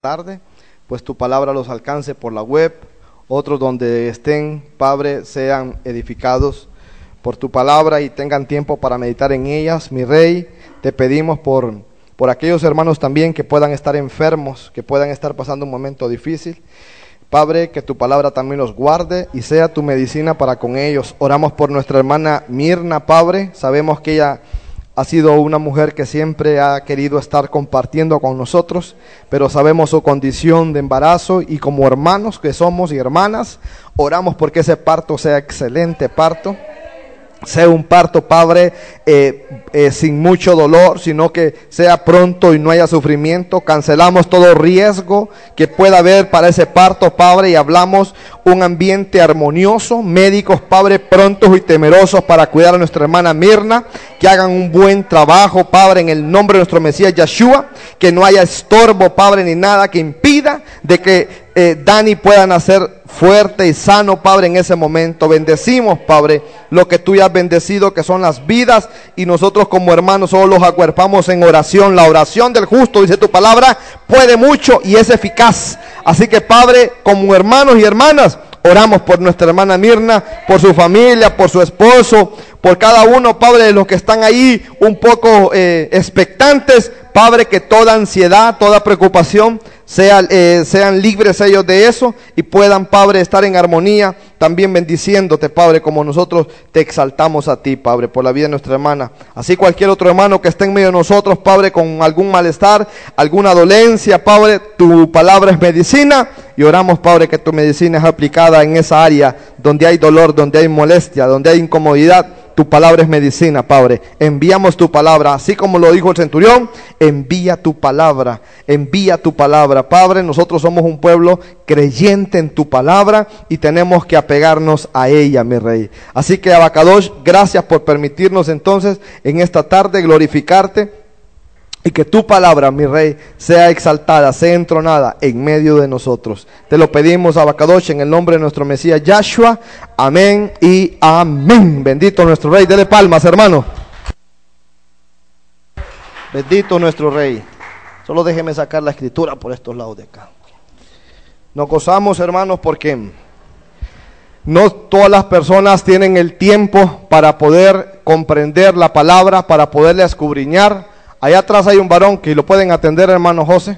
tarde, pues tu palabra los alcance por la web, otros donde estén, Padre, sean edificados por tu palabra y tengan tiempo para meditar en ellas. Mi Rey, te pedimos por aquellos hermanos también que puedan estar enfermos, que puedan estar pasando un momento difícil. Padre, que tu palabra también los guarde y sea tu medicina para con ellos. Oramos por nuestra hermana Mirna, Padre. Sabemos que ella ha sido una mujer que siempre ha querido estar compartiendo con nosotros, pero sabemos su condición de embarazo y como hermanos que somos y hermanas, oramos porque ese parto sea excelente parto. Sea un parto, Padre, sin mucho dolor, sino que sea pronto y no haya sufrimiento. Cancelamos todo riesgo que pueda haber para ese parto, Padre, y hablamos un ambiente armonioso. Médicos, Padre, prontos y temerosos para cuidar a nuestra hermana Mirna, que hagan un buen trabajo, Padre, en el nombre de nuestro Mesías Yeshua, que no haya estorbo, Padre, ni nada que impida de que Dani pueda nacer fuerte y sano, Padre, en ese momento. Bendecimos, Padre, lo que tú ya has bendecido, que son las vidas, y nosotros como hermanos solo los acuerpamos en oración. La oración del justo, dice tu palabra, puede mucho y es eficaz. Así que, Padre, como hermanos y hermanas, oramos por nuestra hermana Mirna, por su familia, por su esposo, por cada uno, Padre, de los que están ahí un poco expectantes. Padre, que toda ansiedad, toda preocupación sean libres ellos de eso y puedan, Padre, estar en armonía, también bendiciéndote, Padre, como nosotros te exaltamos a ti, Padre, por la vida de nuestra hermana. Así cualquier otro hermano que esté en medio de nosotros, Padre, con algún malestar, alguna dolencia, Padre, tu palabra es medicina y oramos, Padre, que tu medicina es aplicada en esa área donde hay dolor, donde hay molestia, donde hay incomodidad. Tu palabra es medicina, Padre. Enviamos tu palabra, así como lo dijo el centurión, envía tu palabra, Padre. Nosotros somos un pueblo creyente en tu palabra y tenemos que apegarnos a ella, mi Rey. Así que, Abacadosh, gracias por permitirnos entonces en esta tarde glorificarte y que tu palabra, mi Rey, sea exaltada, sea entronada en medio de nosotros. Te lo pedimos, Abacadosh, en el nombre de nuestro Mesías Yahshua. Amén y amén. Bendito nuestro Rey. Dele palmas, hermano. Bendito nuestro Rey. Solo déjeme sacar la escritura por estos lados de acá. Nos gozamos, hermanos, porque no todas las personas tienen el tiempo para poder comprender la palabra, para poderla escudriñar. Allá atrás hay un varón que lo pueden atender, hermano José.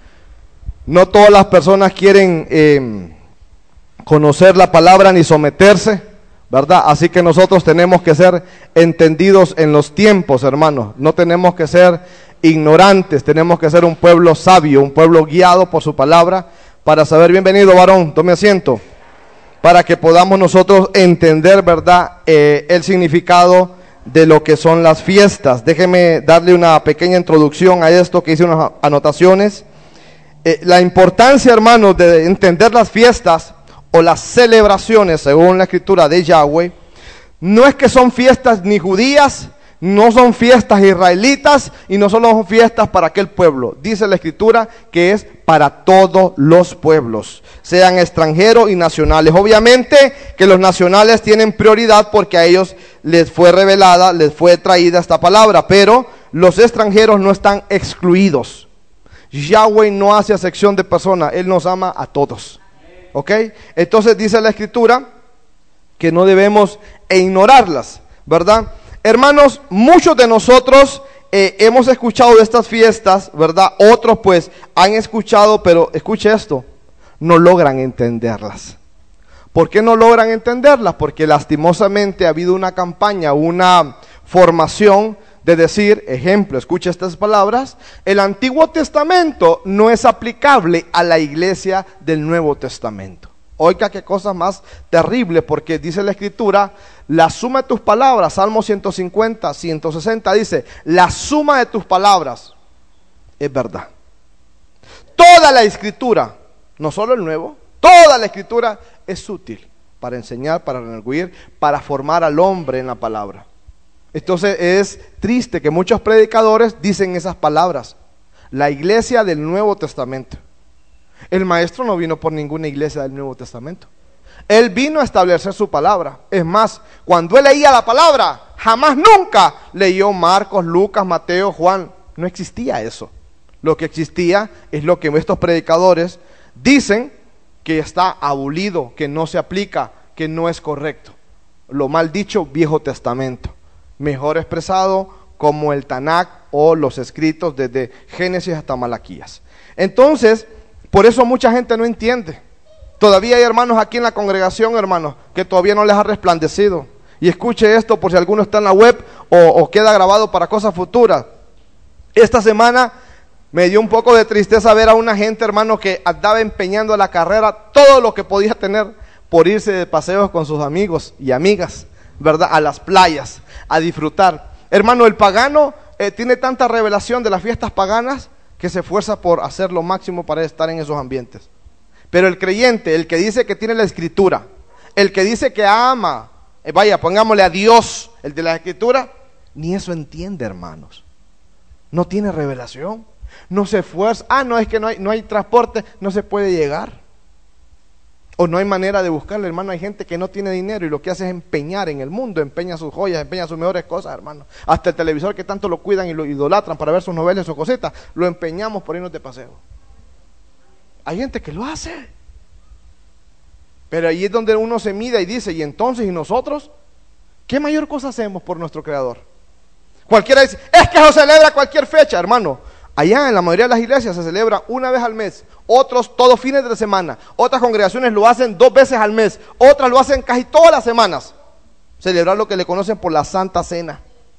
No todas las personas quieren conocer la palabra ni someterse, ¿verdad? Así que nosotros tenemos que ser entendidos en los tiempos, hermanos. No tenemos que ser ignorantes, tenemos que ser un pueblo sabio, un pueblo guiado por su palabra para saber. Bienvenido, varón, tome asiento. Para que podamos nosotros entender, ¿verdad?, el significado de lo que son las fiestas. Déjeme darle una pequeña introducción a esto, que hice unas anotaciones. La importancia, hermanos, de entender las fiestas o las celebraciones, según la escritura de Yahweh, no es que son fiestas ni judías, no son fiestas israelitas y no solo son fiestas para aquel pueblo. Dice la escritura que es para todos los pueblos, sean extranjeros y nacionales. Obviamente que los nacionales tienen prioridad porque a ellos les fue revelada, les fue traída esta palabra, pero los extranjeros no están excluidos. Yahweh no hace acepción de personas, Él nos ama a todos. ¿Ok? Entonces dice la escritura que no debemos ignorarlas, ¿verdad? Hermanos, muchos de nosotros hemos escuchado de estas fiestas, ¿verdad? Otros pues han escuchado, pero escuche esto, no logran entenderlas. ¿Por qué no logran entenderlas? Porque lastimosamente ha habido una campaña, una formación de decir, ejemplo, escuche estas palabras, el Antiguo Testamento no es aplicable a la iglesia del Nuevo Testamento. Oiga qué cosa más terrible, porque dice la escritura, la suma de tus palabras, Salmo 150, 160 dice, la suma de tus palabras es verdad. Toda la escritura, no solo el Nuevo, toda la escritura es útil para enseñar, para redarguir, para formar al hombre en la palabra. Entonces es triste que muchos predicadores dicen esas palabras, la iglesia del Nuevo Testamento. El maestro no vino por ninguna iglesia del Nuevo Testamento. Él vino a establecer su palabra. Es más, cuando él leía la palabra, jamás nunca leyó Marcos, Lucas, Mateo, Juan. No existía eso. Lo que existía es lo que estos predicadores dicen que está abolido, que no se aplica, que no es correcto. Lo mal dicho Viejo Testamento, mejor expresado como el Tanakh o los escritos desde Génesis hasta Malaquías. Entonces, por eso mucha gente no entiende. Todavía hay hermanos aquí en la congregación, hermanos, que todavía no les ha resplandecido. Y escuche esto por si alguno está en la web o queda grabado para cosas futuras. Esta semana me dio un poco de tristeza ver a una gente, hermano, que andaba empeñando a la carrera todo lo que podía tener por irse de paseos con sus amigos y amigas, ¿verdad? A las playas, a disfrutar. Hermano, el pagano tiene tanta revelación de las fiestas paganas que se esfuerza por hacer lo máximo para estar en esos ambientes. Pero el creyente, el que dice que tiene la escritura, el que dice que ama, pongámosle a Dios, el de la escritura, ni eso entiende, hermanos. No tiene revelación, no se esfuerza. No, es que no hay transporte, no se puede llegar. O no hay manera de buscarle, hermano. Hay gente que no tiene dinero y lo que hace es empeñar en el mundo, empeña sus joyas, empeña sus mejores cosas, hermano. Hasta el televisor que tanto lo cuidan y lo idolatran para ver sus novelas y sus cositas, lo empeñamos por irnos de paseo. Hay gente que lo hace. Pero ahí es donde uno se mide y dice, ¿y entonces, y nosotros? ¿Qué mayor cosa hacemos por nuestro Creador? Cualquiera dice, es que se celebra cualquier fecha, hermano. Allá en la mayoría de las iglesias se celebra una vez al mes, otros todos fines de semana, otras congregaciones lo hacen 2 veces al mes, otras lo hacen casi todas las semanas. Celebrar lo que le conocen por la Santa Cena.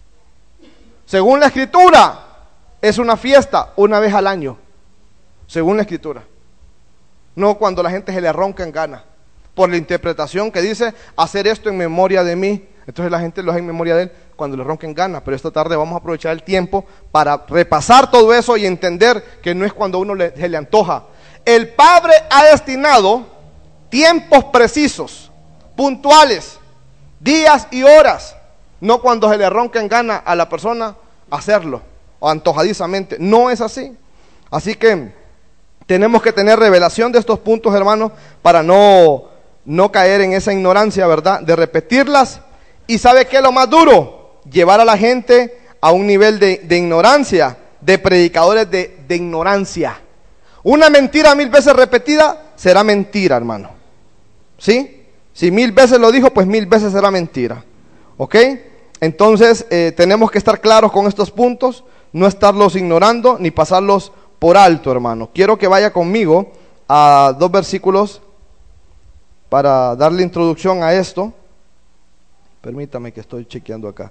Según la Escritura, es una fiesta una vez al año, según la Escritura. No cuando la gente se le ronca en gana, por la interpretación que dice, hacer esto en memoria de mí. Entonces la gente lo hace en memoria de él cuando le ronquen ganas. Pero esta tarde vamos a aprovechar el tiempo para repasar todo eso y entender que no es cuando uno se le antoja. El Padre ha destinado tiempos precisos, puntuales, días y horas, no cuando se le ronquen ganas a la persona hacerlo, o antojadizamente. No es así. Así que tenemos que tener revelación de estos puntos, hermanos, para no caer en esa ignorancia, ¿verdad? De repetirlas. ¿Y sabe qué es lo más duro? Llevar a la gente a un nivel de ignorancia, de predicadores de ignorancia. Una mentira 1000 veces repetida será mentira, hermano. ¿Sí? Si 1000 veces lo dijo, pues 1000 veces será mentira. ¿Ok? Entonces tenemos que estar claros con estos puntos, no estarlos ignorando ni pasarlos por alto, hermano. Quiero que vaya conmigo a 2 versículos para darle introducción a esto. Permítame que estoy chequeando acá.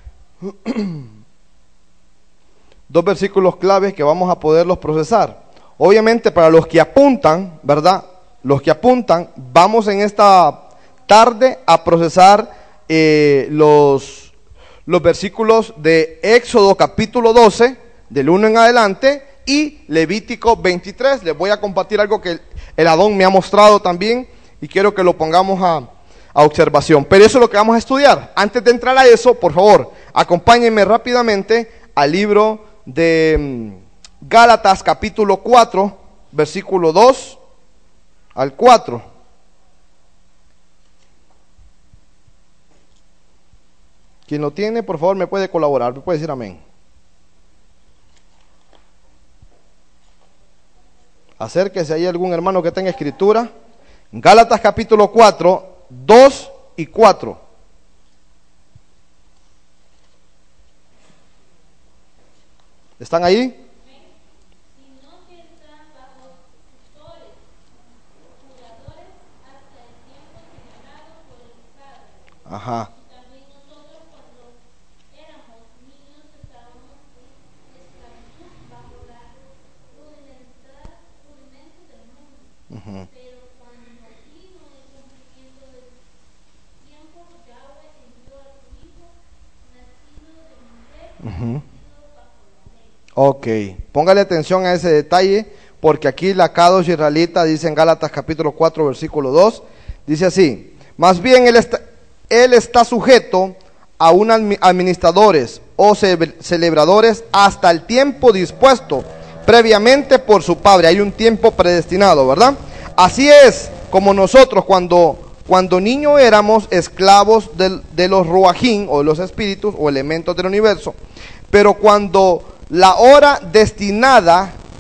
2 versículos claves que vamos a poderlos procesar. Obviamente para los que apuntan, ¿verdad? Los que apuntan, vamos en esta tarde a procesar los versículos de Éxodo capítulo 12, del 1 en adelante, y Levítico 23. Les voy a compartir algo que el Adón me ha mostrado también y quiero que lo pongamos a observación. Pero eso es lo que vamos a estudiar. Antes de entrar a eso, por favor, acompáñenme rápidamente al libro de Gálatas capítulo 4, versículo 2 al 4. Quien lo tiene, por favor, me puede colaborar, me puede decir amén. Acérquese ahí algún hermano que tenga escritura. Gálatas capítulo 4, 2 y 4. ¿Están ahí? Ajá. Uh-huh. Uh-huh. Ok, póngale atención a ese detalle, porque aquí la Kadosh israelita dice en Gálatas capítulo 4 versículo 2, dice así: más bien él está sujeto a unos administradores o celebradores hasta el tiempo dispuesto previamente por su Padre. Hay un tiempo predestinado, ¿verdad? Así es como nosotros cuando niños éramos esclavos de los ruajín, o de los espíritus o elementos del universo, pero cuando la hora destinada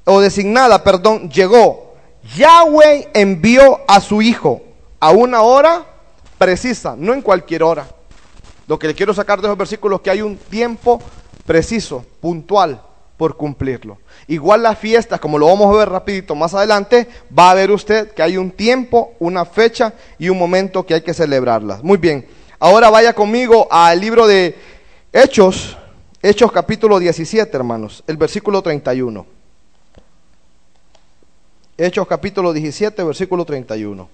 o designada, perdón, llegó. Yahweh envió a su hijo a una hora precisa, no en cualquier hora. Lo que le quiero sacar de esos versículos es que hay un tiempo preciso, puntual, por cumplirlo. Igual las fiestas, como lo vamos a ver rapidito más adelante, va a ver usted que hay un tiempo, una fecha y un momento que hay que celebrarlas. Muy bien, ahora vaya conmigo al libro de Hechos, Hechos capítulo 17, hermanos, el versículo 31. Hechos capítulo 17, versículo 31.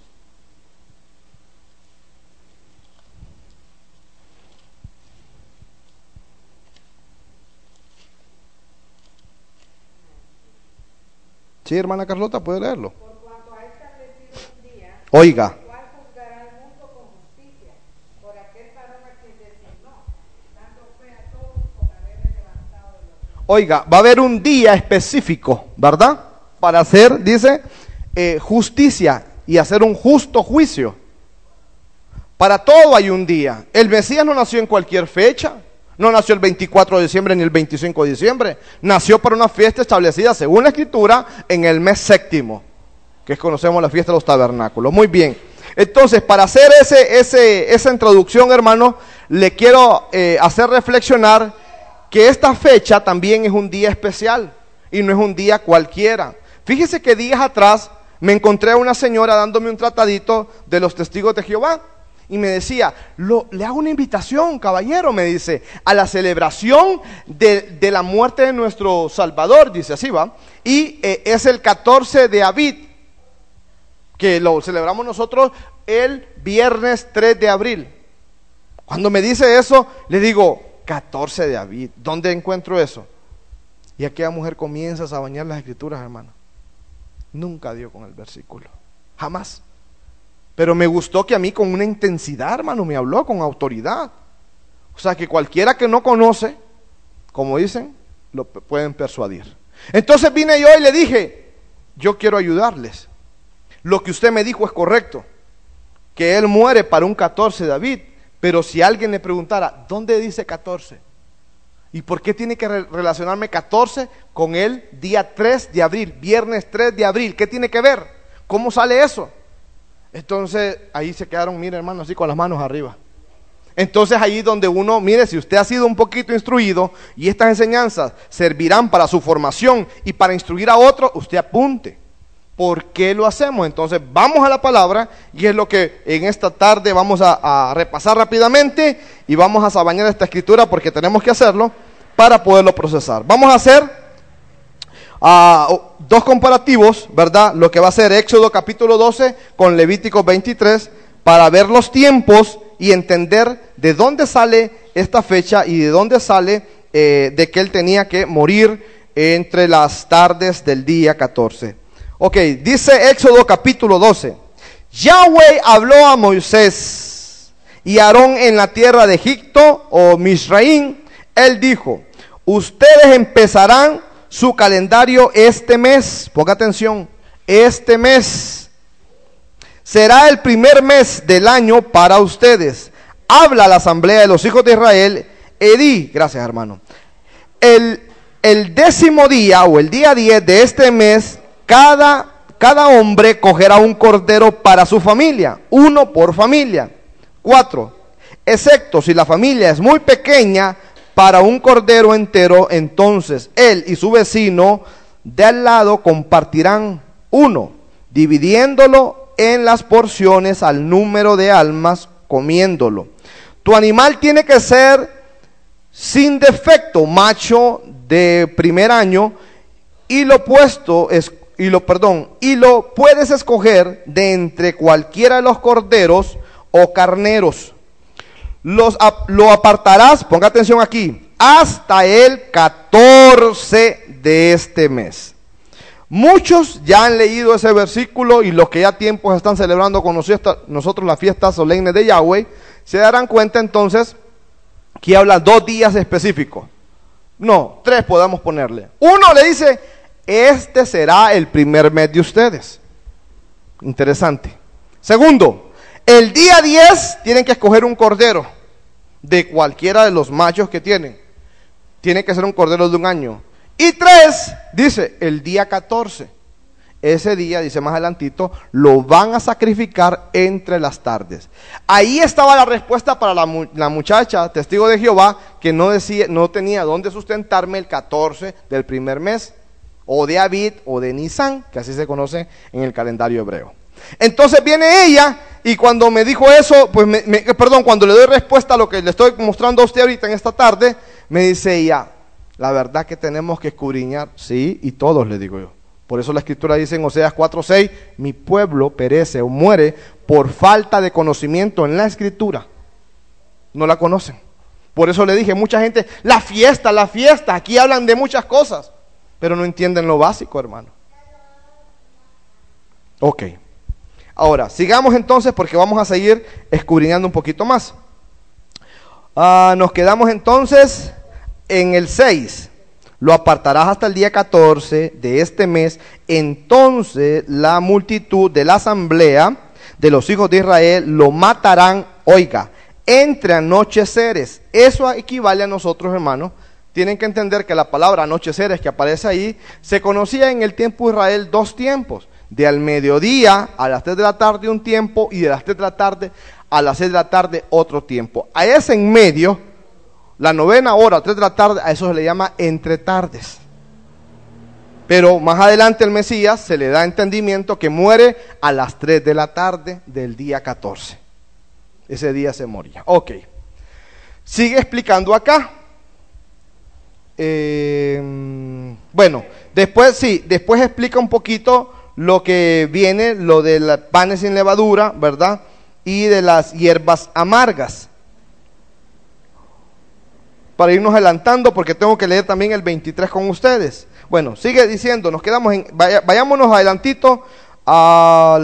Sí, hermana Carlota, puede leerlo. Por cuanto ha establecido un día, Oiga, el cual juzgará al mundo con justicia, por aquel varón a quien designó, dando fe a todos con haberle levantado de los muertos. oiga, va a haber un día específico, ¿verdad? Para hacer, dice, justicia y hacer un justo juicio. Para todo hay un día. El Mesías no nació en cualquier fecha. No nació el 24 de diciembre ni el 25 de diciembre. Nació para una fiesta establecida según la Escritura en el mes séptimo, que conocemos la fiesta de los tabernáculos. Muy bien. Entonces, para hacer esa introducción, hermano, le quiero hacer reflexionar que esta fecha también es un día especial y no es un día cualquiera. Fíjese que días atrás me encontré a una señora dándome un tratadito de los testigos de Jehová. Y me decía, le hago una invitación, caballero, me dice, a la celebración de la muerte de nuestro Salvador, dice así, ¿va? Y es el 14 de Abib, que lo celebramos nosotros el viernes 3 de abril. Cuando me dice eso, le digo, 14 de Abib, ¿dónde encuentro eso? Y aquella mujer comienza a bañar las escrituras, hermano. Nunca dio con el versículo, jamás. Pero me gustó que a mí con una intensidad, hermano, me habló con autoridad. O sea, que cualquiera que no conoce, como dicen, lo pueden persuadir. Entonces vine yo y le dije, yo quiero ayudarles. Lo que usted me dijo es correcto, que él muere para un 14 de Abib. Pero si alguien le preguntara, ¿dónde dice 14? ¿Y por qué tiene que relacionarme 14 con el día 3 de abril, viernes 3 de abril? ¿Qué tiene que ver? ¿Cómo sale eso? Entonces, ahí se quedaron, mire hermano, así con las manos arriba. Entonces, ahí donde uno, mire, si usted ha sido un poquito instruido y estas enseñanzas servirán para su formación y para instruir a otros, usted apunte. ¿Por qué lo hacemos? Entonces, vamos a la palabra y es lo que en esta tarde vamos a repasar rápidamente y vamos a bañar esta escritura porque tenemos que hacerlo para poderlo procesar. Vamos a hacer dos comparativos, ¿verdad? Lo que va a ser Éxodo capítulo 12 con Levítico 23 para ver los tiempos y entender de dónde sale esta fecha y de dónde sale de que él tenía que morir entre las tardes del día 14. Ok, dice Éxodo capítulo 12. Yahweh habló a Moisés y a Aarón en la tierra de Egipto o Misraín. Él dijo, ustedes empezarán su calendario este mes, ponga atención, este mes será el primer mes del año para ustedes. Habla a la asamblea de los hijos de Israel, di, gracias hermano, el 10º día o el día 10 de este mes, cada hombre cogerá un cordero para su familia, uno por familia. 4, excepto si la familia es muy pequeña, para un cordero entero, entonces él y su vecino de al lado compartirán uno, dividiéndolo en las porciones al número de almas, comiéndolo. Tu animal tiene que ser sin defecto, macho de primer año, y lo puedes escoger de entre cualquiera de los corderos o carneros. Lo apartarás, ponga atención aquí, hasta el 14 de este mes. Muchos ya han leído ese versículo y los que ya tiempos están celebrando con nosotros la fiesta solemne de Yahweh, se darán cuenta entonces que habla 2 días específicos. No, 3 podemos ponerle. Uno le dice, este será el primer mes de ustedes. Interesante. Segundo, el día 10 tienen que escoger un cordero de cualquiera de los machos que tienen. Tiene que ser un cordero de un año. Y 3, dice, el día 14. Ese día, dice más adelantito, lo van a sacrificar entre las tardes. Ahí estaba la respuesta para la muchacha, testigo de Jehová, que no tenía dónde sustentarme el 14 del primer mes, o de Abid, o de Nisan, que así se conoce en el calendario hebreo. Entonces viene ella, y cuando me dijo eso, pues cuando le doy respuesta a lo que le estoy mostrando a usted ahorita en esta tarde, me dice ella, la verdad que tenemos que escudriñar, sí, y todos, le digo yo. Por eso la escritura dice en Oseas 4:6, mi pueblo perece o muere por falta de conocimiento en la escritura. No la conocen. Por eso le dije, mucha gente, la fiesta, aquí hablan de muchas cosas, pero no entienden lo básico, hermano. Ok. Ahora, sigamos entonces porque vamos a seguir escudriñando un poquito más. Nos quedamos entonces en el 6. Lo apartarás hasta el día 14 de este mes. Entonces la multitud de la asamblea de los hijos de Israel lo matarán, oiga, entre anocheceres. Eso equivale a nosotros, hermanos. Tienen que entender que la palabra anocheceres que aparece ahí, se conocía en el tiempo de Israel 2 tiempos. De al mediodía a las 3 de la tarde un tiempo, y de las 3 de la tarde a las 6 de la tarde otro tiempo. A ese en medio, la 9ª hora, 3 de la tarde, a eso se le llama entre tardes. Pero más adelante el Mesías se le da entendimiento que muere a las 3 de la tarde del día 14. Ese día se moría. Ok. Sigue explicando acá. Bueno, después explica un poquito lo que viene, lo de los panes sin levadura, ¿verdad? Y de las hierbas amargas. Para irnos adelantando, porque tengo que leer también el 23 con ustedes. Bueno, sigue diciendo, nos quedamos vayámonos adelantito al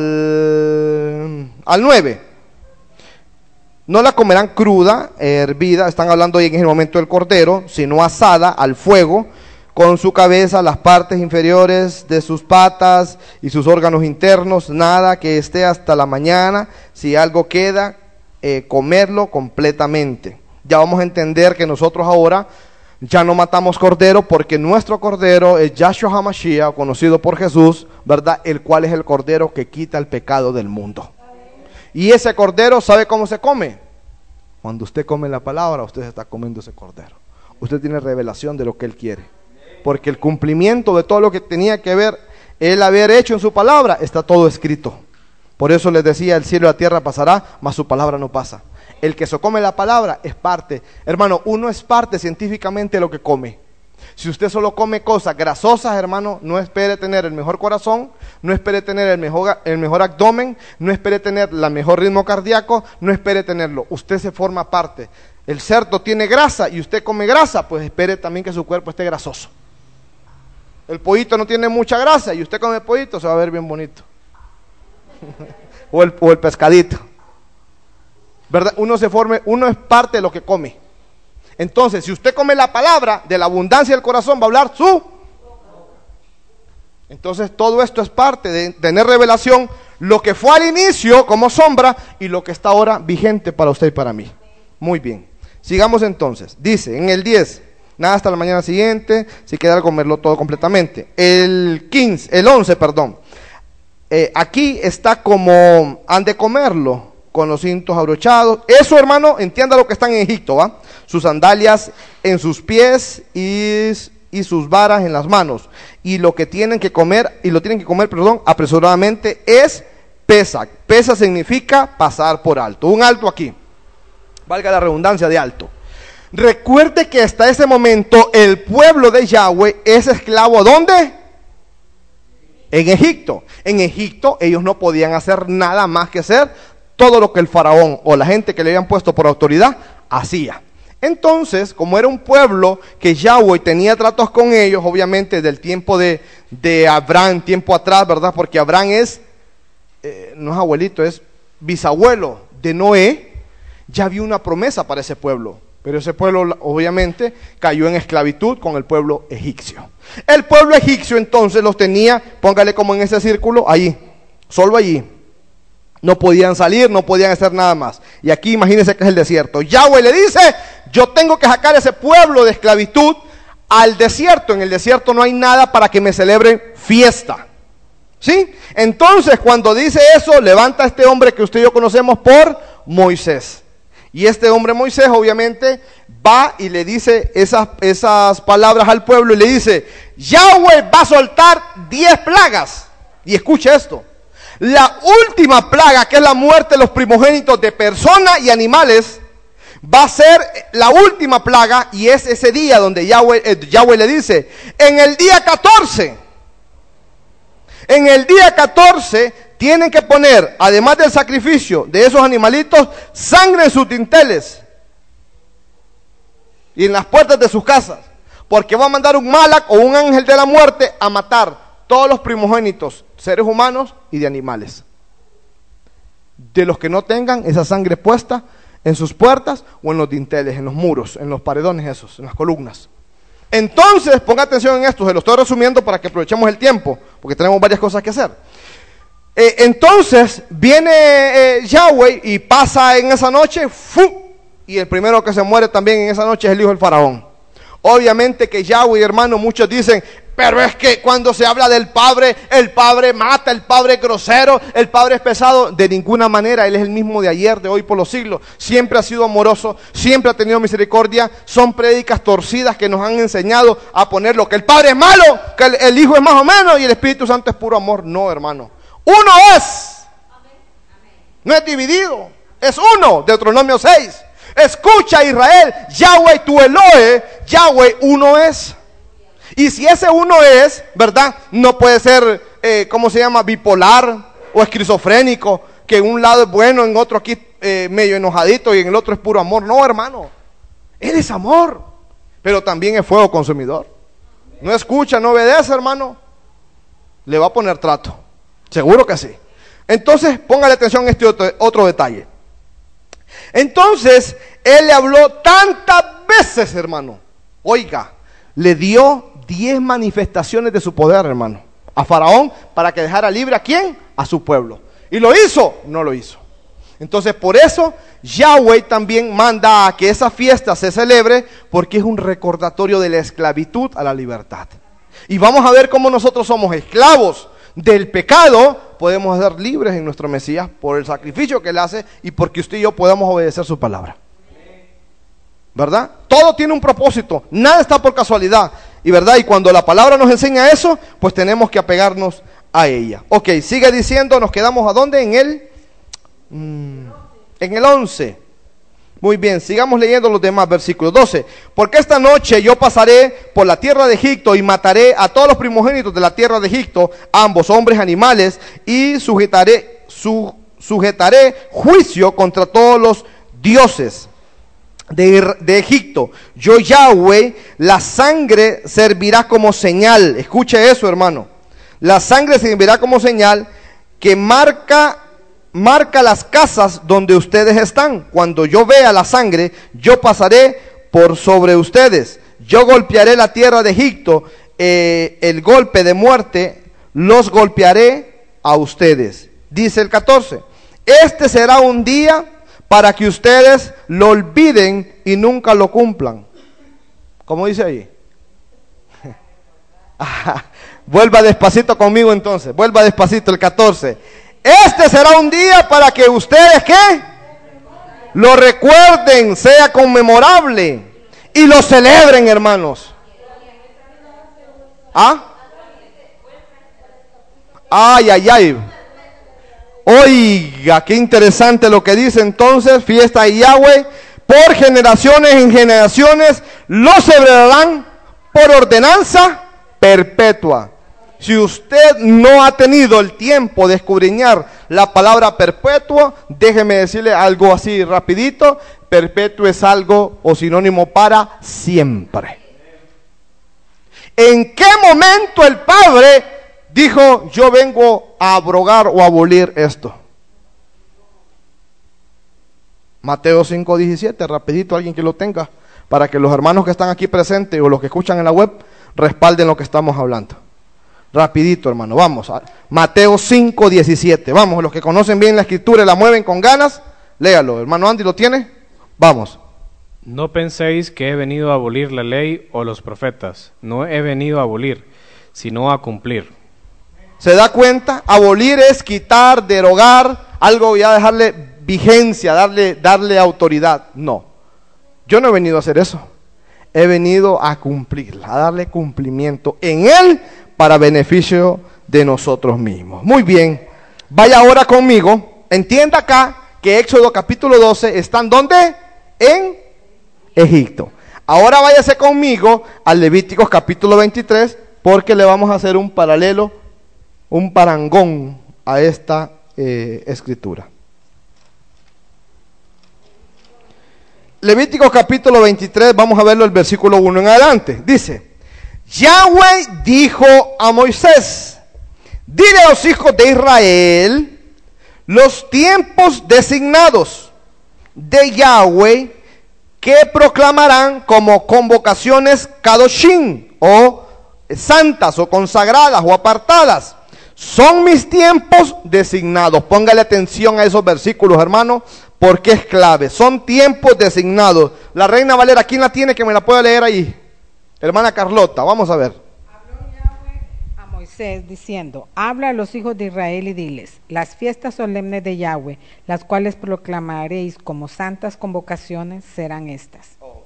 9. No la comerán cruda, hervida, están hablando ahí en el momento del cordero, sino asada al fuego, con su cabeza, las partes inferiores de sus patas y sus órganos internos, nada que esté hasta la mañana. Si algo queda, comerlo completamente. Ya vamos a entender que nosotros ahora ya no matamos cordero, porque nuestro cordero es Yahshua HaMashiach, conocido por Jesús, ¿verdad? El cual es el cordero que quita el pecado del mundo. Y ese cordero, ¿sabe cómo se come? Cuando usted come la palabra, usted está comiendo ese cordero. Usted tiene revelación de lo que Él quiere. Porque el cumplimiento de todo lo que tenía que ver Él haber hecho en su palabra, está todo escrito. Por eso les decía, el cielo y la tierra pasará, mas su palabra no pasa. El que se come la palabra es parte. Hermano, uno es parte científicamente de lo que come. Si usted solo come cosas grasosas, hermano, no espere tener el mejor corazón, no espere tener el mejor abdomen, no espere tener el mejor ritmo cardíaco, no espere tenerlo. Usted se forma parte. El cerdo tiene grasa y usted come grasa, pues espere también que su cuerpo esté grasoso. El pollito no tiene mucha grasa y usted come pollito, se va a ver bien bonito. o el pescadito. ¿Verdad? Uno es parte de lo que come. Entonces, si usted come la palabra, de la abundancia del corazón va a hablar su. Entonces, todo esto es parte de tener revelación, lo que fue al inicio como sombra y lo que está ahora vigente para usted y para mí. Muy bien. Sigamos entonces. Dice en el 10, nada hasta la mañana siguiente, si queda comerlo todo completamente. El 11, perdón. Aquí está como han de comerlo, con los cintos abrochados. Eso, hermano, entienda lo que están en Egipto, ¿va? Sus sandalias en sus pies y sus varas en las manos. Y lo que tienen que comer, apresuradamente es pesa. Pesa significa pasar por alto. Un alto aquí. Valga la redundancia de alto. Recuerde que hasta ese momento el pueblo de Yahweh es esclavo, ¿dónde? En Egipto. En Egipto ellos no podían hacer nada más que hacer todo lo que el faraón o la gente que le habían puesto por autoridad hacía. Entonces, como era un pueblo que Yahweh tenía tratos con ellos, obviamente del tiempo de Abraham, tiempo atrás, ¿verdad? Porque Abraham no es abuelito, es bisabuelo de Noé. Ya había una promesa para ese pueblo, pero ese pueblo obviamente cayó en esclavitud con el pueblo egipcio. El pueblo egipcio entonces los tenía, póngale como en ese círculo, allí, solo allí. No podían salir, no podían hacer nada más. Y aquí imagínense que es el desierto. Yahweh le dice, yo tengo que sacar ese pueblo de esclavitud al desierto. En el desierto no hay nada para que me celebren fiesta. ¿Sí? Entonces, cuando dice eso, levanta a este hombre que usted y yo conocemos por Moisés. Y este hombre Moisés, obviamente, va y le dice esas palabras al pueblo y le dice: Yahweh va a soltar 10 plagas. Y escuche esto: la última plaga, que es la muerte de los primogénitos de personas y animales, va a ser la última plaga. Y es ese día donde Yahweh le dice: en el día 14, tienen que poner, además del sacrificio de esos animalitos, sangre en sus dinteles y en las puertas de sus casas, porque va a mandar un malak o un ángel de la muerte a matar todos los primogénitos, seres humanos y de animales, de los que no tengan esa sangre puesta en sus puertas o en los dinteles, en los muros, en los paredones esos, en las columnas. Entonces, ponga atención en esto, se lo estoy resumiendo para que aprovechemos el tiempo, porque tenemos varias cosas que hacer. Entonces, viene Yahweh y pasa en esa noche, y el primero que se muere también en esa noche es el hijo del faraón. Obviamente que Yahweh, hermano, muchos dicen: pero es que cuando se habla del Padre, el Padre mata, el Padre es grosero, el Padre es pesado. De ninguna manera, Él es el mismo de ayer, de hoy, por los siglos. Siempre ha sido amoroso, siempre ha tenido misericordia. Son prédicas torcidas que nos han enseñado a poner lo que el Padre es malo, que el Hijo es más o menos y el Espíritu Santo es puro amor. No, hermano, uno es, no es dividido, es uno. Deuteronomio 6. Escucha, Israel, Yahweh tu Elohe, Yahweh uno es. Y si ese uno es, ¿verdad? No puede ser, bipolar o esquizofrénico, que en un lado es bueno, en otro aquí medio enojadito y en el otro es puro amor. No, hermano, Él es amor, pero también es fuego consumidor. No escucha, no obedece, hermano, le va a poner trato, seguro que sí. Entonces, póngale atención a este otro detalle. Entonces, Él le habló tantas veces, hermano, oiga, le dio 10 manifestaciones de su poder, hermano, a Faraón, para que dejara libre ¿a quién? A su pueblo. ¿Y lo hizo? No lo hizo. Entonces, por eso Yahweh también manda a que esa fiesta se celebre, porque es un recordatorio de la esclavitud a la libertad. Y vamos a ver cómo nosotros somos esclavos del pecado, podemos ser libres en nuestro Mesías por el sacrificio que Él hace y porque usted y yo podamos obedecer su palabra. ¿Verdad? Todo tiene un propósito, nada está por casualidad. Y verdad, y cuando la palabra nos enseña eso, pues tenemos que apegarnos a ella. Ok, sigue diciendo, nos quedamos ¿a dónde? En el 11. Muy bien, sigamos leyendo los demás versículos. 12. Porque esta noche yo pasaré por la tierra de Egipto y mataré a todos los primogénitos de la tierra de Egipto, ambos hombres, animales, y sujetaré juicio contra todos los dioses de Egipto. Yo, Yahweh, la sangre servirá como señal. Escuche eso, hermano. La sangre servirá como señal que marca las casas donde ustedes están. Cuando yo vea la sangre, yo pasaré por sobre ustedes. Yo golpearé la tierra de Egipto. El golpe de muerte los golpearé a ustedes. Dice el 14. Este será un día para que ustedes lo olviden y nunca lo cumplan. ¿Cómo dice ahí? Vuelva despacito conmigo entonces. Vuelva despacito el 14. Este será un día para que ustedes, ¿qué? Lo recuerden, sea conmemorable y lo celebren, hermanos. ¿Ah? Ay, ay, ay. Oiga, qué interesante lo que dice entonces. Fiesta de Yahweh, por generaciones en generaciones, lo celebrarán por ordenanza perpetua. Si usted no ha tenido el tiempo de escudriñar la palabra perpetua, déjeme decirle algo así rapidito. Perpetuo es algo o sinónimo para siempre. ¿En qué momento el Padre dijo: yo vengo a abrogar o abolir esto? Mateo 5:17, rapidito, alguien que lo tenga, para que los hermanos que están aquí presentes o los que escuchan en la web respalden lo que estamos hablando. Rapidito, hermano, vamos. Mateo 5:17. Vamos, los que conocen bien la escritura y la mueven con ganas, léalo. Hermano Andy, ¿lo tiene? Vamos. No penséis que he venido a abolir la ley o los profetas. No he venido a abolir, sino a cumplir. ¿Se da cuenta? Abolir es quitar, derogar, algo ya dejarle vigencia, darle autoridad. No, yo no he venido a hacer eso. He venido a cumplir, a darle cumplimiento en Él para beneficio de nosotros mismos. Muy bien, vaya ahora conmigo, entienda acá que Éxodo capítulo 12 están ¿dónde? En Egipto. Ahora váyase conmigo al Levíticos capítulo 23 porque le vamos a hacer un paralelo, un parangón a esta escritura. Levíticos capítulo 23, vamos a verlo el versículo 1 en adelante. Dice: Yahweh dijo a Moisés: dile a los hijos de Israel los tiempos designados de Yahweh que proclamarán como convocaciones kadoshim, o santas, o consagradas, o apartadas. Son mis tiempos designados. Póngale atención a esos versículos, hermano, porque es clave. Son tiempos designados. La Reina Valera, ¿quién la tiene que me la pueda leer ahí? Hermana Carlota, vamos a ver. Habló Yahweh a Moisés diciendo: habla a los hijos de Israel y diles: las fiestas solemnes de Yahweh, las cuales proclamaréis como santas convocaciones, serán estas.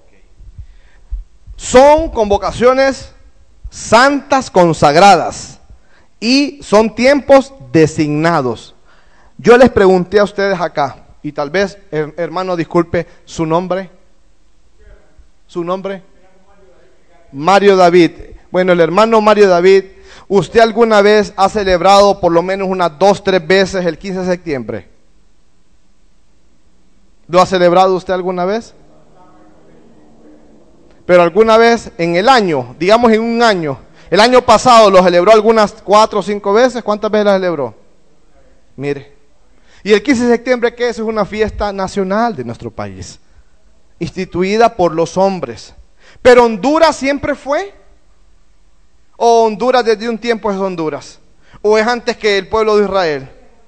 Son convocaciones santas, consagradas, y son tiempos designados. Yo les pregunté a ustedes acá, y tal vez, hermano, disculpe, ¿su nombre? ¿Su nombre? Mario David. Bueno, el hermano Mario David, ¿usted alguna vez ha celebrado por lo menos unas 2-3 veces el 15 de septiembre? ¿Lo ha celebrado usted alguna vez? Pero alguna vez en el año, digamos en un año, el año pasado lo celebró algunas 4 o 5 veces. ¿Cuántas veces la celebró? Mire. Y el 15 de septiembre, ¿qué es? Es una fiesta nacional de nuestro país, instituida por los hombres. Pero Honduras siempre fue, o Honduras desde un tiempo es Honduras, o es antes que el pueblo de Israel.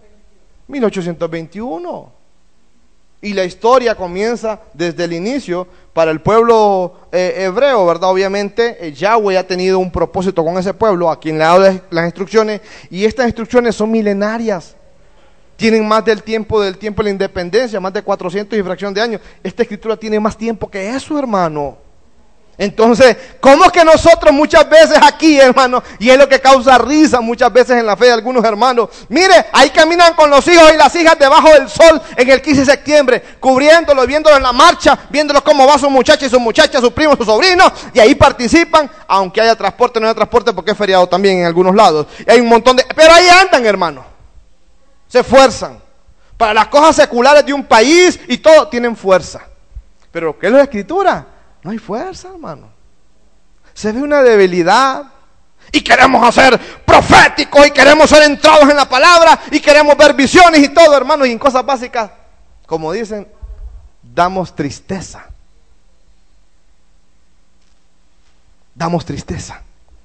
1821. Y la historia comienza desde el inicio para el pueblo hebreo, ¿verdad? Obviamente Yahweh ha tenido un propósito con ese pueblo, a quien le ha dado las instrucciones, y estas instrucciones son milenarias. Tienen más del tiempo de la independencia, más de 400 y fracción de años. Esta escritura tiene más tiempo que eso, hermano. Entonces, ¿cómo que nosotros muchas veces aquí, hermano, y es lo que causa risa muchas veces en la fe de algunos hermanos? Mire, ahí caminan con los hijos y las hijas debajo del sol en el 15 de septiembre, cubriéndolos, viéndolos en la marcha, viéndolos cómo va su muchacha y su muchacha, sus primos, sus sobrinos, y ahí participan, aunque haya transporte, no haya transporte, porque es feriado también en algunos lados. Y hay un montón de... Pero ahí andan, hermano. Se esfuerzan. Para las cosas seculares de un país y todo, tienen fuerza. Pero ¿qué es la escritura? No hay fuerza, hermano. Se ve una debilidad. Y queremos hacer proféticos, y queremos ser entrados en la palabra, y queremos ver visiones y todo, hermano. Y en cosas básicas, como dicen, damos tristeza. Damos tristeza.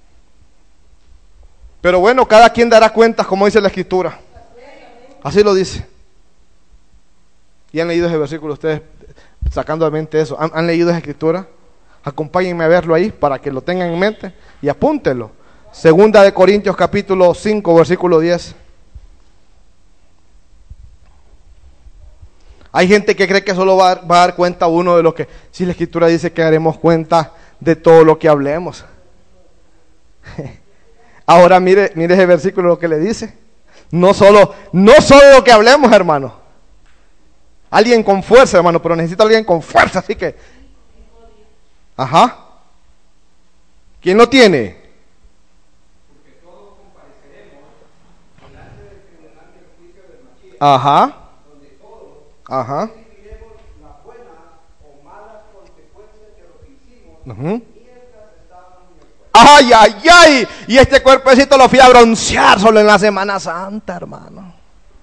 Pero bueno, cada quien dará cuentas, como dice la escritura. Así lo dice. ¿Y han leído ese versículo ustedes, sacando de mente eso? ¿Han leído esa escritura? Acompáñenme a verlo ahí para que lo tengan en mente y apúntenlo. Segunda de Corintios capítulo 5, versículo 10. Hay gente que cree que solo va a dar cuenta uno de lo que... Si la escritura dice que daremos cuenta de todo lo que hablemos. Ahora mire ese versículo lo que le dice. No solo lo que hablemos, hermano. Alguien con fuerza, hermano, pero necesita alguien con fuerza, así que... Ajá. ¿Quién lo tiene? Porque todos compareceremos delante del tribunal del juicio del Mashiach. Ajá. Donde todos recibiremos las buenas o malas consecuencias de lo que hicimos mientras estábamos en el cuerpo. ¡Ay, ay, ay! Y este cuerpecito lo fui a broncear solo en la Semana Santa, hermano.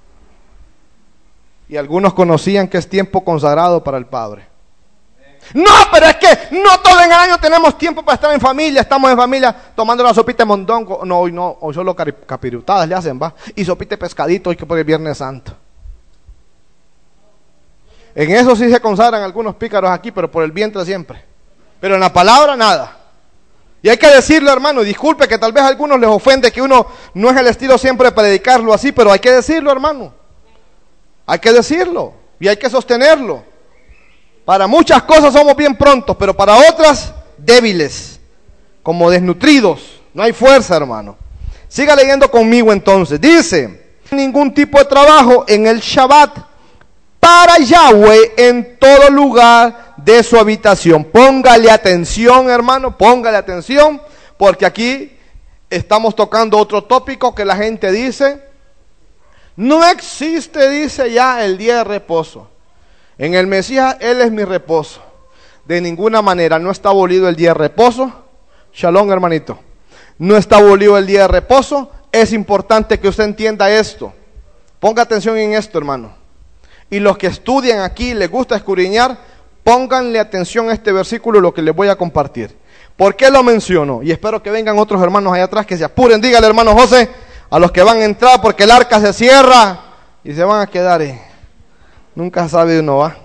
Y algunos conocían que es tiempo consagrado para el Padre. No, pero es que no todo en el año tenemos tiempo para estar en familia. Estamos en familia tomando la sopita de mondongo. No, hoy solo capirutadas le hacen, va. Y sopita de pescadito hoy que por el Viernes Santo. En eso sí se consagran algunos pícaros aquí, pero por el vientre siempre. Pero en la palabra nada. Y hay que decirlo, hermano, disculpe que tal vez a algunos les ofende que uno no es el estilo siempre de predicarlo así, pero hay que decirlo, hermano. Hay que decirlo y hay que sostenerlo. Para muchas cosas somos bien prontos, pero para otras débiles, como desnutridos. No hay fuerza, hermano. Siga leyendo conmigo entonces. Dice, ningún tipo de trabajo en el Shabbat para Yahweh en todo lugar de su habitación. Póngale atención, hermano, póngale atención, porque aquí estamos tocando otro tópico que la gente dice, no existe, dice ya, el día de reposo. En el Mesías, Él es mi reposo. De ninguna manera, no está abolido el día de reposo. Shalom, hermanito. No está abolido el día de reposo. Es importante que usted entienda esto. Ponga atención en esto, hermano. Y los que estudian aquí, les gusta escudriñar, pónganle atención a este versículo, lo que les voy a compartir. ¿Por qué lo menciono? Y espero que vengan otros hermanos allá atrás que se apuren. Dígale, hermano José, a los que van a entrar, porque el arca se cierra y se van a quedar. Nunca sabe uno, ¿va?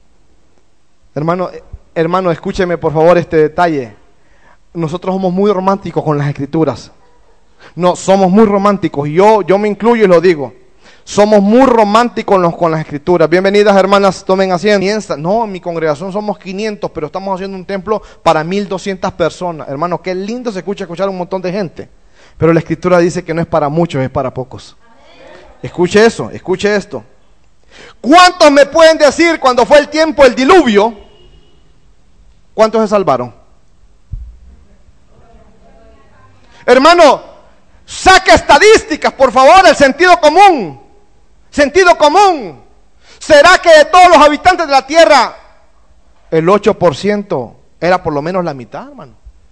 Hermano, escúcheme por favor este detalle. Nosotros somos muy románticos con las escrituras. No, somos muy románticos. Y yo me incluyo y lo digo. Somos muy románticos con las escrituras. Bienvenidas, hermanas, tomen asiento. No, en mi congregación somos 500, pero estamos haciendo un templo para 1200 personas. Hermano, qué lindo se escuchar un montón de gente. Pero la escritura dice que no es para muchos, es para pocos. Escuche eso, escuche esto. ¿Cuántos me pueden decir cuando fue el tiempo del diluvio? ¿Cuántos se salvaron? Hermano, saque estadísticas, por favor, el sentido común. Sentido común. ¿Será que de todos los habitantes de la tierra, el 8% era por lo menos la mitad, hermano?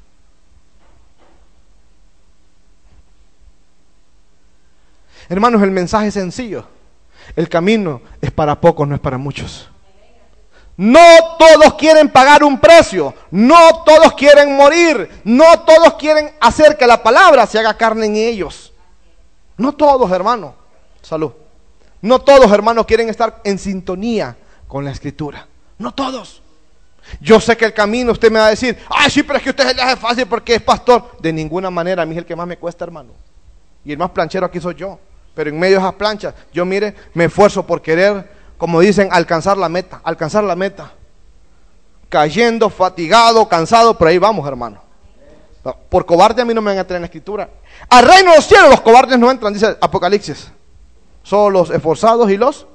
Hermanos, el mensaje es sencillo. El camino es para pocos, no es para muchos. No todos quieren pagar un precio, no todos quieren morir, no todos quieren hacer que la palabra se haga carne en ellos. No todos, hermano. Salud. No todos, hermanos, quieren estar en sintonía con la escritura. No todos. Yo sé que el camino, usted me va a decir, ay, sí, pero es que usted se le hace fácil porque es pastor. De ninguna manera, a mí es el que más me cuesta, hermano. Y el más planchero aquí soy yo. Pero en medio de esas planchas, yo mire, me esfuerzo por querer, como dicen, alcanzar la meta. Cayendo, fatigado, cansado, pero ahí vamos, hermano. Por cobarde a mí no me van a tener en la escritura. Al reino de los cielos los cobardes no entran, dice Apocalipsis. Solo los esforzados y los...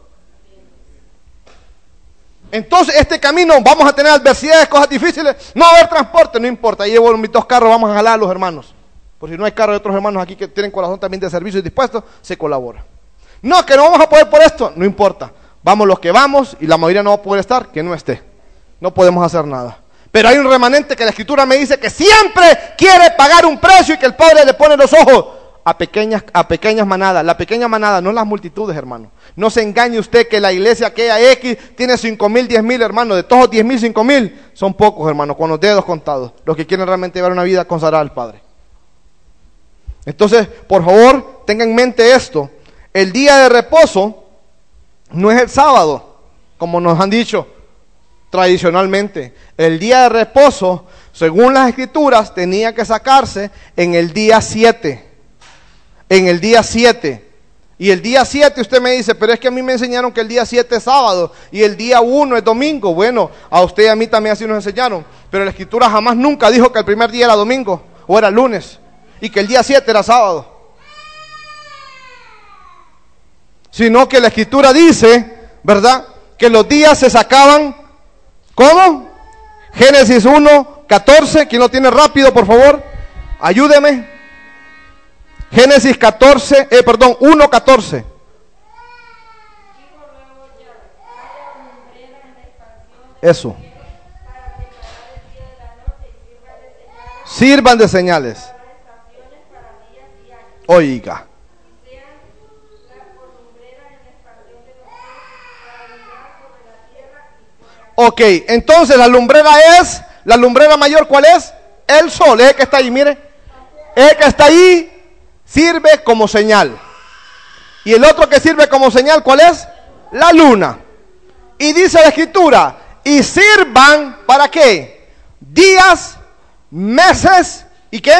Entonces este camino vamos a tener adversidades, cosas difíciles, no va a haber transporte, no importa, ahí llevo mis 2 carros, vamos a jalar a los hermanos. Por si no hay carro de otros hermanos aquí que tienen corazón también de servicio y dispuestos, se colabora. No, que no vamos a poder por esto, no importa. Vamos los que vamos y la mayoría no va a poder estar, que no esté. No podemos hacer nada. Pero hay un remanente que la escritura me dice que siempre quiere pagar un precio y que el Padre le pone los ojos a pequeñas manadas. La pequeña manada, no las multitudes, hermano. No se engañe usted que la iglesia aquella X tiene 5,000, 10,000, hermano. De todos 10,000, 5,000 son pocos, hermano, con los dedos contados. Los que quieren realmente llevar una vida consagrada al Padre. Entonces, por favor, tenga en mente esto. El día de reposo no es el sábado, como nos han dicho tradicionalmente. El día de reposo, según las escrituras, tenía que sacarse en el día 7. En el día 7. Y el día 7 usted me dice, pero es que a mí me enseñaron que el día 7 es sábado y el día 1 es domingo. Bueno, a usted y a mí también así nos enseñaron. Pero la escritura jamás nunca dijo que el primer día era domingo o era lunes y que el día 7 era sábado. Sino que la escritura dice, ¿verdad?, que los días se sacaban, ¿cómo? Génesis 1:14, ¿quién lo tiene rápido, por favor? Ayúdeme. Génesis 1:14. Eso. Sirvan de señales. Oiga. Ok, entonces la lumbrera mayor, ¿cuál es? El sol, es el que está ahí, mire. El que está ahí sirve como señal. Y el otro que sirve como señal, ¿cuál es? La luna. Y dice la Escritura, y sirvan, ¿para qué? Días, meses, ¿y qué?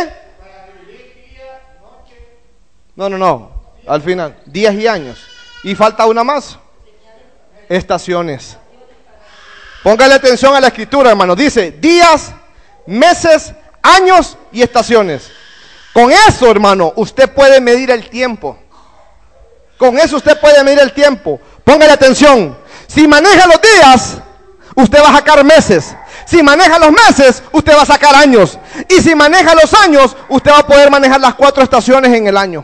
No, al final, días y años. Y falta una más. Estaciones. Póngale atención a la Escritura, hermano. Dice, días, meses, años y estaciones. Con eso, hermano, usted puede medir el tiempo. Con eso usted puede medir el tiempo. Póngale atención. Si maneja los días, usted va a sacar meses. Si maneja los meses, usted va a sacar años. Y si maneja los años, usted va a poder manejar las 4 estaciones en el año.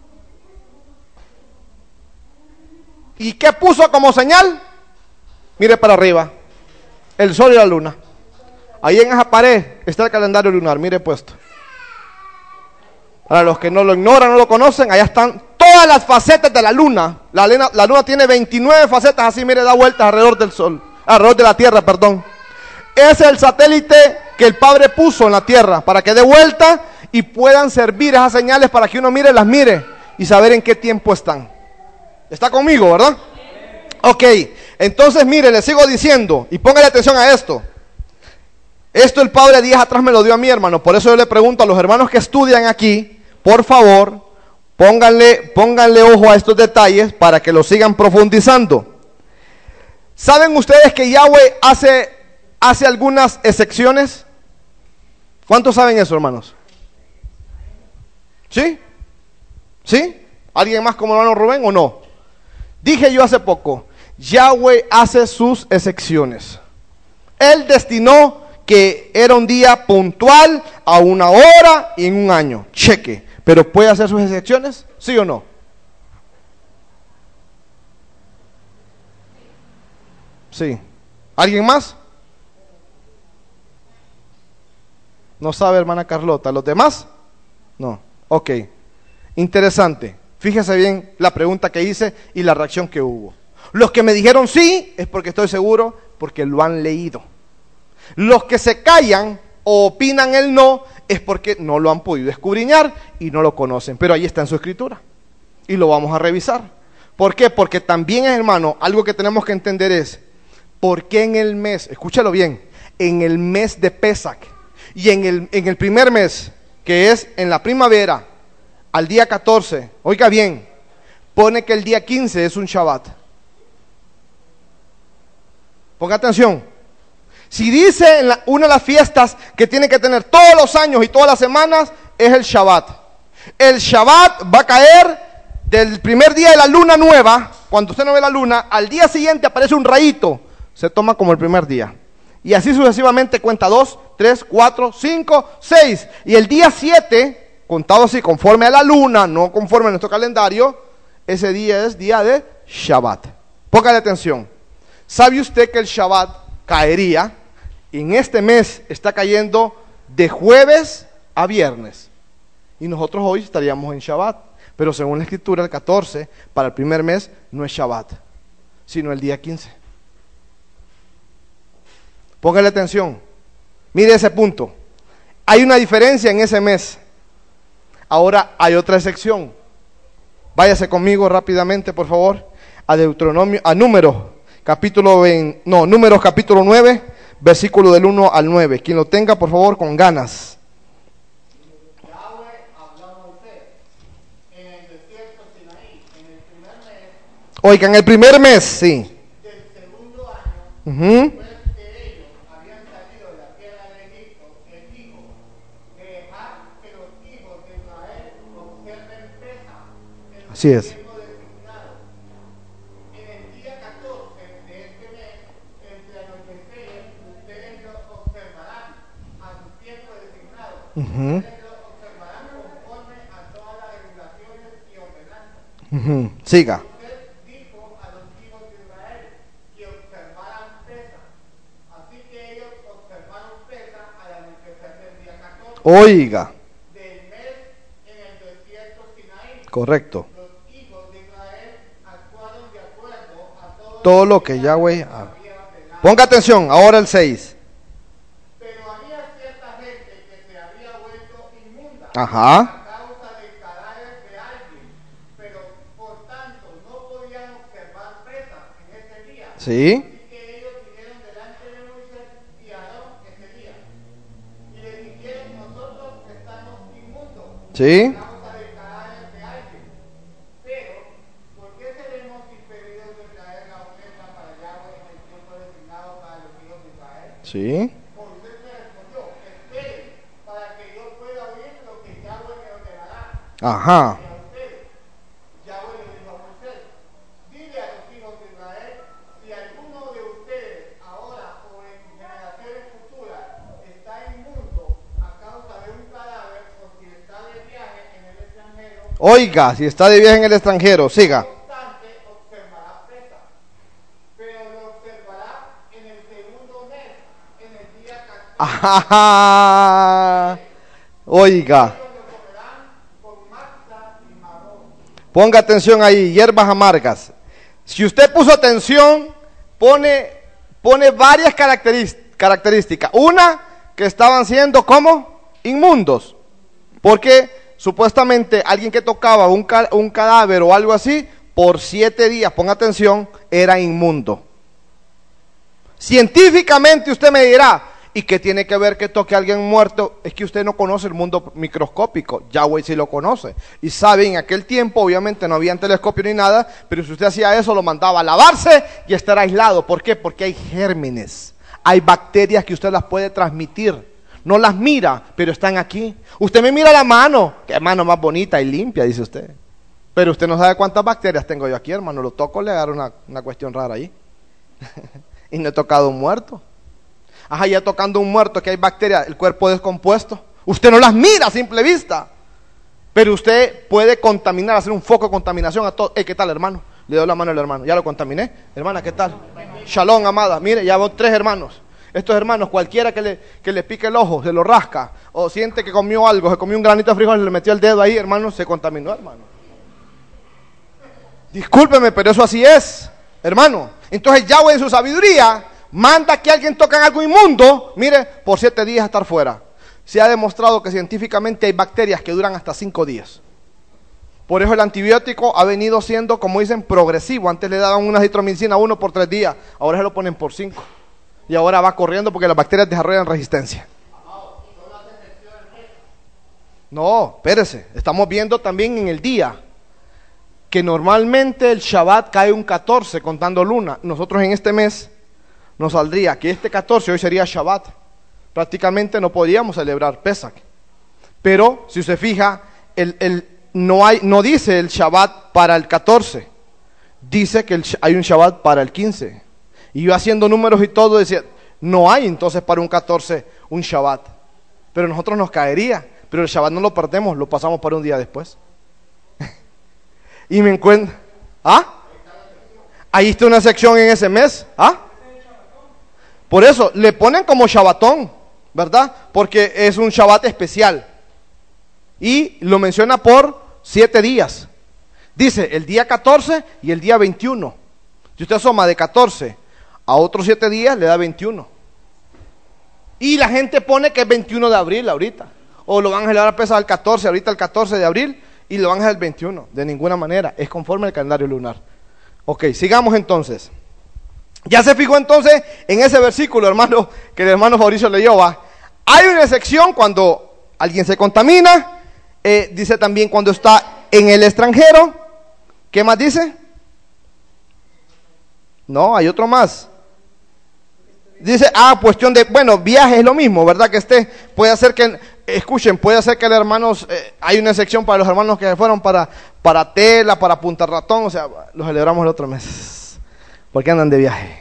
¿Y qué puso como señal? Mire para arriba. El sol y la luna. Ahí en esa pared está el calendario lunar. Mire puesto. Para los que no lo ignoran, no lo conocen, allá están todas las facetas de la luna. La luna tiene 29 facetas, así mire, da vueltas alrededor del sol, alrededor de la tierra, perdón. Es el satélite que el Padre puso en la tierra para que dé vuelta y puedan servir esas señales para que uno las mire y saber en qué tiempo están. ¿Está conmigo, verdad? Ok, entonces mire, le sigo diciendo y póngale atención a esto. Esto el Padre días atrás me lo dio a mí, hermano. Por eso yo le pregunto a los hermanos que estudian aquí, por favor, pónganle ojo a estos detalles para que lo sigan profundizando. ¿Saben ustedes que Yahweh hace algunas excepciones? ¿Cuántos saben eso, hermanos? ¿Sí? ¿Sí? ¿Alguien más como hermano Rubén o no? Dije yo hace poco, Yahweh hace sus excepciones. Él destinó que era un día puntual a una hora y en un año. Cheque. ¿Pero puede hacer sus excepciones? ¿Sí o no? Sí. ¿Alguien más? No sabe, hermana Carlota. ¿Los demás? No. Ok. Interesante. Fíjese bien la pregunta que hice y la reacción que hubo. Los que me dijeron sí, es porque estoy seguro, porque lo han leído. Los que se callan o opinan el no, es porque no lo han podido escudriñar y no lo conocen. Pero ahí está en su escritura y lo vamos a revisar. ¿Por qué? Porque también, hermano, algo que tenemos que entender es, ¿por qué en el mes, escúchalo bien, en el mes de Pesach y en el primer mes, que es en la primavera, al día 14, oiga bien, pone que el día 15 es un Shabbat? Ponga atención. Si dice en una de las fiestas que tiene que tener todos los años y todas las semanas, es el Shabbat. El Shabbat va a caer del primer día de la luna nueva, cuando usted no ve la luna, al día siguiente aparece un rayito, se toma como el primer día. Y así sucesivamente cuenta 2, 3, 4, 5, 6. Y el día 7, contado así conforme a la luna, no conforme a nuestro calendario, ese día es día de Shabbat. Póngale atención. ¿Sabe usted que el Shabbat caería? En este mes está cayendo de jueves a viernes. Y nosotros hoy estaríamos en Shabbat. Pero según la escritura, el 14 para el primer mes no es Shabbat, sino el día 15. Póngale atención. Mire ese punto. Hay una diferencia en ese mes. Ahora hay otra excepción. Váyase conmigo rápidamente, por favor, a Deuteronomio, a Números capítulo 9, versículo del 1 al 9. Quien lo tenga, por favor, con ganas. Yahweh habló a Moisés en el desierto Sinaí, en el primer mes. Oiga, en el primer mes, sí. Del segundo año, Uh-huh. después que ellos habían salido de la tierra de Egipto, él dijo: dejad que los hijos de Israel observen Pesaj en Así su es. tiempo designado. En el día 14 de este mes, entre anocheceres, ustedes lo observarán a su tiempo designado. Uh-huh. Ustedes lo observarán conforme a todas las regulaciones y ordenanzas. Uh-huh. Siga. Usted dijo a los hijos de Israel que observaran Pesaj. Así que ellos observaron Pesaj al anochecer del día 14 Oiga. del mes en el desierto Sinaí. Correcto. Los hijos de Israel actuaron de acuerdo a Todo lo que Yahweh había ordenado. Ponga atención, ahora el 6. Pero había cierta gente que se había vuelto inmunda Ajá. a causa de cadáveres de alguien, pero por tanto no podían observar Pesaj en ese día. Sí. Así Sí. causa del cadáver de alguien. Pero, ¿por qué seremos impedidos de traer la ofrenda para Yahweh en el tiempo designado para los hijos de Israel? Sí. Moisés le respondió, esperen para que yo pueda oír lo que Yahweh me ordenará. Ajá. Y a ustedes, Yahweh le dijo a Moisés, dile a los hijos de Israel, si alguno de ustedes ahora o en generaciones futuras está inmundo a causa de un cadáver o si está de viaje en el extranjero, Oiga, si está de viaje en el extranjero, siga. no obstante, observará Pesa, pero lo observará en el segundo mes, en el día 14. Ajá. Oiga. Ellos lo comerán con matzah y marrón. Ponga atención ahí, hierbas amargas. Si usted puso atención, pone varias características. Una, que estaban siendo como inmundos. Porque supuestamente alguien que tocaba un cadáver o algo así, por 7 días, ponga atención, era inmundo. Científicamente usted me dirá, ¿y qué tiene que ver que toque a alguien muerto? Es que usted no conoce el mundo microscópico. Yahweh sí lo conoce. Y sabe, en aquel tiempo obviamente no había telescopio ni nada, pero si usted hacía eso lo mandaba a lavarse y estar aislado. ¿Por qué? Porque hay gérmenes, hay bacterias que usted las puede transmitir. No las mira, pero están aquí. Usted me mira la mano, qué mano más bonita y limpia, dice usted. Pero usted no sabe cuántas bacterias tengo yo aquí, hermano. Lo toco, le agarro una cuestión rara ahí. Y no he tocado un muerto. Ajá, ya tocando un muerto que hay bacterias, el cuerpo descompuesto. Usted no las mira a simple vista, pero usted puede contaminar, hacer un foco de contaminación a todo. ¿Qué tal, hermano? Le doy la mano al hermano. ¿Ya lo contaminé? Hermana, ¿qué tal? Shalom, amada. Mire, ya van 3 hermanos. Estos hermanos, cualquiera que le pique el ojo, se lo rasca, o siente que comió algo, se comió un granito de frijol y le metió el dedo ahí, hermano, se contaminó, hermano. Discúlpeme, pero eso así es, hermano. Entonces Yahweh en su sabiduría manda que alguien toque algo inmundo, mire, por 7 días estar fuera. Se ha demostrado que científicamente hay bacterias que duran hasta 5 días. Por eso el antibiótico ha venido siendo, como dicen, progresivo. Antes le daban una azitromicina 1 por 3 días, ahora se lo ponen por 5. Y ahora va corriendo porque las bacterias desarrollan resistencia. No, espérese, estamos viendo también en el día que normalmente el Shabbat cae un 14 contando luna. Nosotros en este mes nos saldría que este 14 hoy sería Shabbat. Prácticamente no podríamos celebrar Pesach. Pero si se fija, no dice el Shabbat para el 14, dice que hay un Shabbat para el 15. Y yo haciendo números y todo decía, no hay entonces para un 14 un Shabbat. Pero nosotros nos caería, pero el Shabbat no lo perdemos, lo pasamos para un día después. Y me encuentro, ahí está una sección en ese mes, por eso le ponen como Shabbatón, ¿verdad? Porque es un Shabbat especial. Y lo menciona por 7 días. Dice el día 14 y el día 21. Si usted suma de 14 a otros 7 días, le da 21. Y la gente pone que es 21 de abril ahorita. O lo van a celebrar pesado el 14, ahorita el 14 de abril, y lo van a hacer el 21. De ninguna manera, es conforme al calendario lunar. Ok, sigamos entonces. Ya se fijó entonces en ese versículo, hermano, que el hermano Fabricio leyó, ¿va? Hay una excepción cuando alguien se contamina, dice también cuando está en el extranjero. ¿Qué más dice? No, hay otro más. Dice, cuestión de, bueno, viaje es lo mismo, ¿verdad? Que puede hacer que, escuchen, puede hacer que los hermanos, hay una sección para los hermanos que fueron para Tela, para Punta Ratón, o sea, los celebramos el otro mes. ¿Por qué andan de viaje?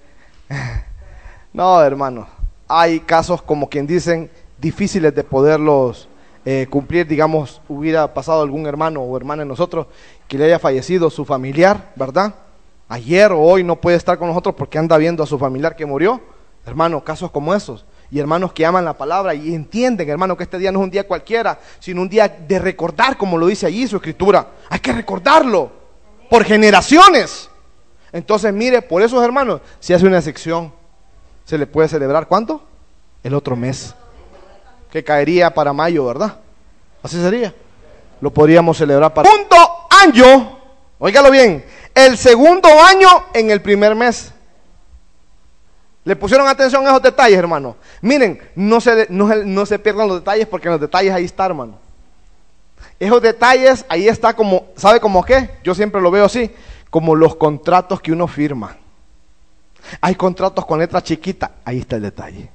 No, hermanos, hay casos como quien dicen, difíciles de poderlos cumplir, digamos, hubiera pasado algún hermano o hermana de nosotros que le haya fallecido su familiar, ¿verdad? Ayer o hoy no puede estar con nosotros porque anda viendo a su familiar que murió. Hermano, casos como esos. Y hermanos que aman la palabra y entienden, hermano, que este día no es un día cualquiera, sino un día de recordar, como lo dice allí su escritura. Hay que recordarlo por generaciones. Entonces, mire, por esos hermanos, si hace una sección, se le puede celebrar, ¿cuánto? El otro mes. Que caería para mayo, ¿verdad? Así sería. Lo podríamos celebrar para... Segundo año, óigalo bien, el segundo año en el primer mes. ¿Le pusieron atención a esos detalles, hermano? Miren, no se pierdan los detalles porque en los detalles ahí está, hermano. Esos detalles, ahí está como, ¿sabe cómo qué? Yo siempre lo veo así, como los contratos que uno firma. Hay contratos con letra chiquita, ahí está el detalle.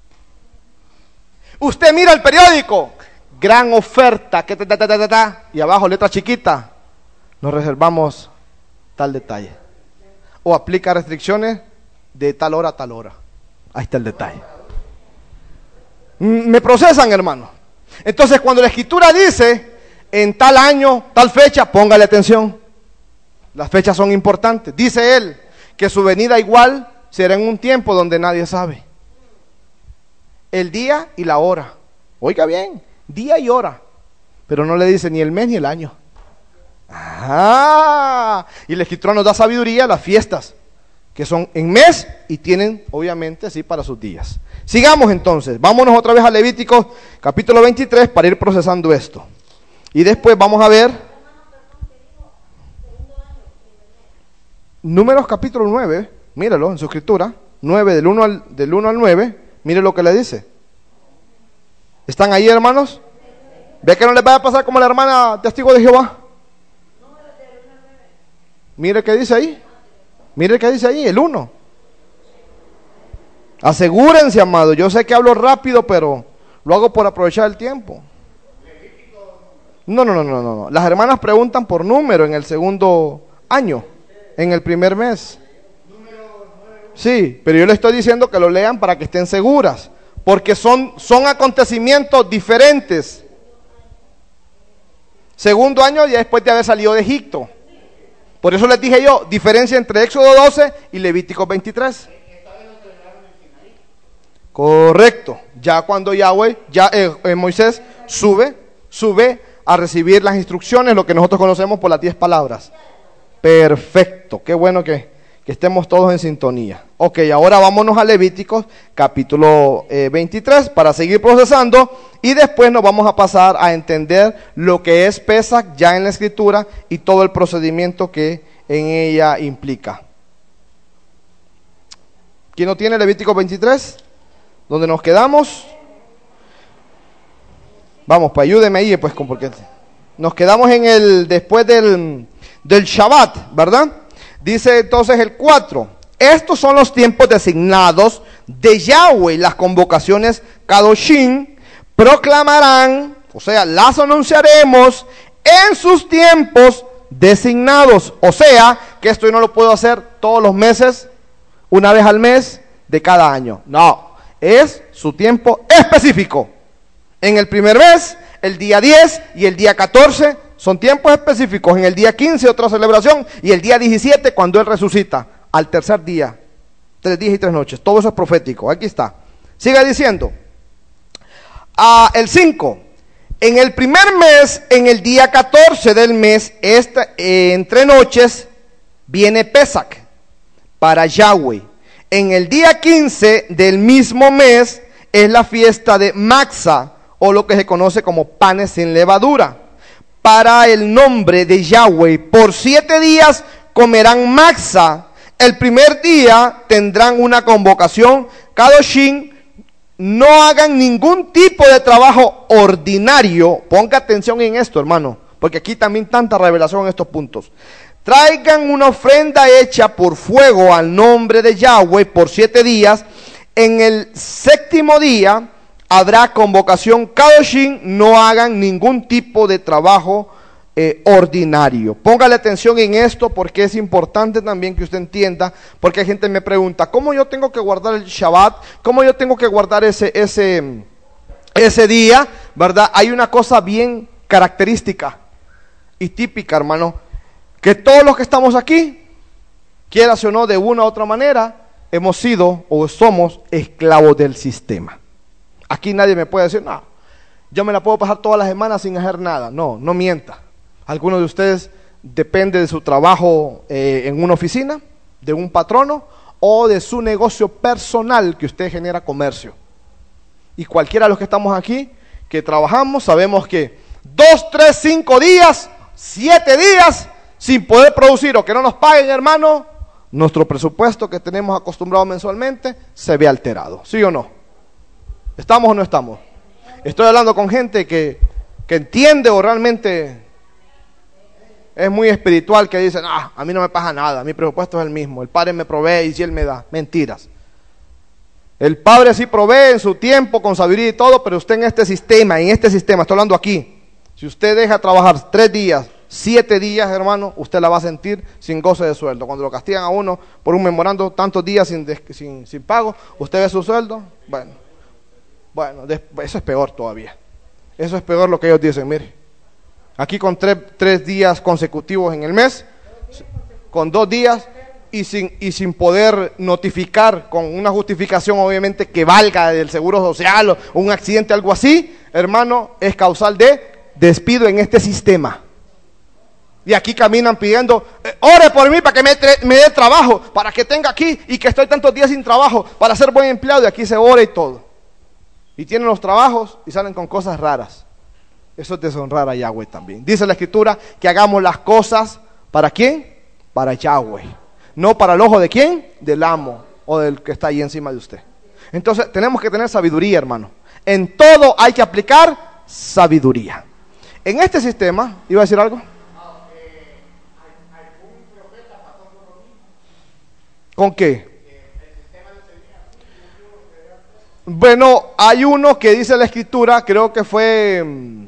Usted mira el periódico, gran oferta, y abajo letra chiquita, nos reservamos tal detalle. O aplica restricciones de tal hora a tal hora. Ahí está el detalle. Me procesan, hermano. Entonces, cuando la Escritura dice, en tal año, tal fecha, póngale atención. Las fechas son importantes. Dice él que su venida igual será en un tiempo donde nadie sabe. El día y la hora. Oiga bien, día y hora. Pero no le dice ni el mes ni el año. Y la Escritura nos da sabiduría a las fiestas, que son en mes y tienen, obviamente, así para sus días. Sigamos entonces, vámonos otra vez a Levíticos capítulo 23 para ir procesando esto. Y después vamos a ver Números capítulo 9, míralo en su escritura, 9 del 1 al 9, mire lo que le dice. ¿Están ahí, hermanos? ¿Ve que no les vaya a pasar como la hermana testigo de Jehová? Mire qué dice ahí. Mire qué dice ahí, el 1. Asegúrense, amado. Yo sé que hablo rápido, pero lo hago por aprovechar el tiempo. No. Las hermanas preguntan por número en el segundo año, en el primer mes. Sí, pero yo les estoy diciendo que lo lean para que estén seguras, porque son acontecimientos diferentes. Segundo año ya después de haber salido de Egipto. Por eso les dije yo, diferencia entre Éxodo 12 y Levítico 23. Correcto. Ya cuando Moisés sube a recibir las instrucciones, lo que nosotros conocemos por las 10 palabras. Perfecto. Qué bueno que estemos todos en sintonía. Ok, ahora vámonos a Levíticos capítulo 23 para seguir procesando y después nos vamos a pasar a entender lo que es Pesach ya en la Escritura y todo el procedimiento que en ella implica. ¿Quién no tiene Levítico 23? ¿Dónde nos quedamos? Vamos, pues ayúdeme ahí, pues, porque nos quedamos después del Shabbat, ¿verdad? Dice entonces el 4, estos son los tiempos designados de Yahweh, las convocaciones Kadoshim, proclamarán, o sea, las anunciaremos en sus tiempos designados. O sea, que esto yo no lo puedo hacer todos los meses, una vez al mes de cada año. No, es su tiempo específico. En el primer mes, el día 10 y el día 14 son tiempos específicos. En el día 15 otra celebración y el día 17 cuando Él resucita, al tercer día, 3 días y 3 noches. Todo eso es profético. Aquí está. Siga diciendo. El 5. En el primer mes, en el día 14 del mes, entre noches, viene Pesach para Yahweh. En el día 15 del mismo mes es la fiesta de Matzah, o lo que se conoce como panes sin levadura, para el nombre de Yahweh. Por 7 días comerán Matzah. El primer día tendrán una convocación Kadoshim. No hagan ningún tipo de trabajo ordinario. Ponga atención en esto, hermano, porque aquí también tanta revelación en estos puntos. Traigan una ofrenda hecha por fuego al nombre de Yahweh por 7 días. En el 7º día habrá convocación Kadoshim. No hagan ningún tipo de trabajo ordinario. Póngale atención en esto porque es importante también que usted entienda, porque hay gente que me pregunta, ¿cómo yo tengo que guardar el Shabbat? ¿Cómo yo tengo que guardar ese día? ¿Verdad? Hay una cosa bien característica y típica, hermano, que todos los que estamos aquí, quieras o no, de una u otra manera, hemos sido o somos esclavos del sistema. Aquí nadie me puede decir, no, yo me la puedo pasar todas las semanas sin hacer nada. No, no mienta. Algunos de ustedes depende de su trabajo en una oficina, de un patrono o de su negocio personal que usted genera comercio. Y cualquiera de los que estamos aquí, que trabajamos, sabemos que 2, 3, 5 días, 7 días sin poder producir o que no nos paguen, hermano, nuestro presupuesto que tenemos acostumbrado mensualmente se ve alterado. ¿Sí o no? ¿Estamos o no estamos? Estoy hablando con gente que que entiende o realmente es muy espiritual, que dice, a mí no me pasa nada, mi presupuesto es el mismo, el Padre me provee y si Él me da. Mentiras. El Padre sí provee en su tiempo, con sabiduría y todo, pero usted en este sistema, estoy hablando aquí, si usted deja trabajar 3 días, 7 días, hermano, usted la va a sentir sin goce de sueldo. Cuando lo castigan a uno por un memorando tantos días sin pago, usted ve su sueldo, bueno, eso es peor todavía. Eso es peor lo que ellos dicen, mire. Aquí con 3 días consecutivos en el mes, con 2 días y sin poder notificar con una justificación obviamente que valga del seguro social o un accidente, algo así, hermano, es causal de despido en este sistema. Y aquí caminan pidiendo, ore por mí para que me dé trabajo, para que tenga aquí y que estoy tantos días sin trabajo, para ser buen empleado, y aquí se ora y todo. Y tienen los trabajos y salen con cosas raras. Eso es deshonrar a Yahweh también. Dice la Escritura que hagamos las cosas, ¿para quién? Para Yahweh. No para el ojo de quién, del amo o del que está ahí encima de usted. Entonces tenemos que tener sabiduría, hermano. En todo hay que aplicar sabiduría. En este sistema, ¿iba a decir algo? ¿Con qué? Bueno, hay uno que dice la Escritura, creo que fue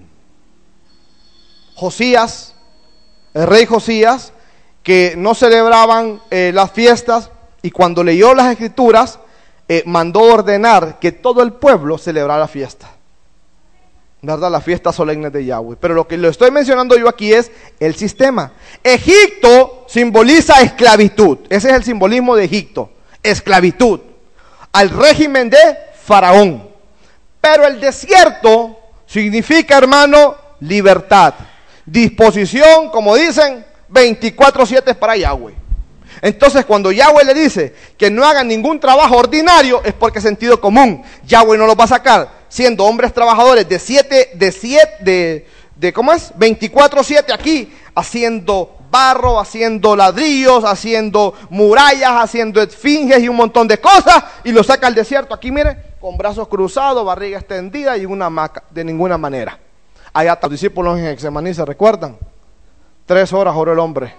Josías, el rey Josías, que no celebraban las fiestas, y cuando leyó las Escrituras, mandó ordenar que todo el pueblo celebrara la fiesta, ¿verdad? Las fiestas solemnes de Yahweh. Pero lo que lo estoy mencionando yo aquí es el sistema. Egipto simboliza esclavitud. Ese es el simbolismo de Egipto, esclavitud, al régimen de Faraón. Pero el desierto significa, hermano, libertad, disposición, como dicen, 24/7 para Yahweh. Entonces cuando Yahweh le dice que no hagan ningún trabajo ordinario, es porque es sentido común. Yahweh no los va a sacar siendo hombres trabajadores de 24/7 aquí, haciendo barro, haciendo ladrillos, haciendo murallas, haciendo esfinges y un montón de cosas, y lo saca al desierto aquí, mire, con brazos cruzados, barriga extendida y una hamaca. De ninguna manera. Allá los discípulos en Getsemaní, ¿se recuerdan? 3 horas oró el hombre,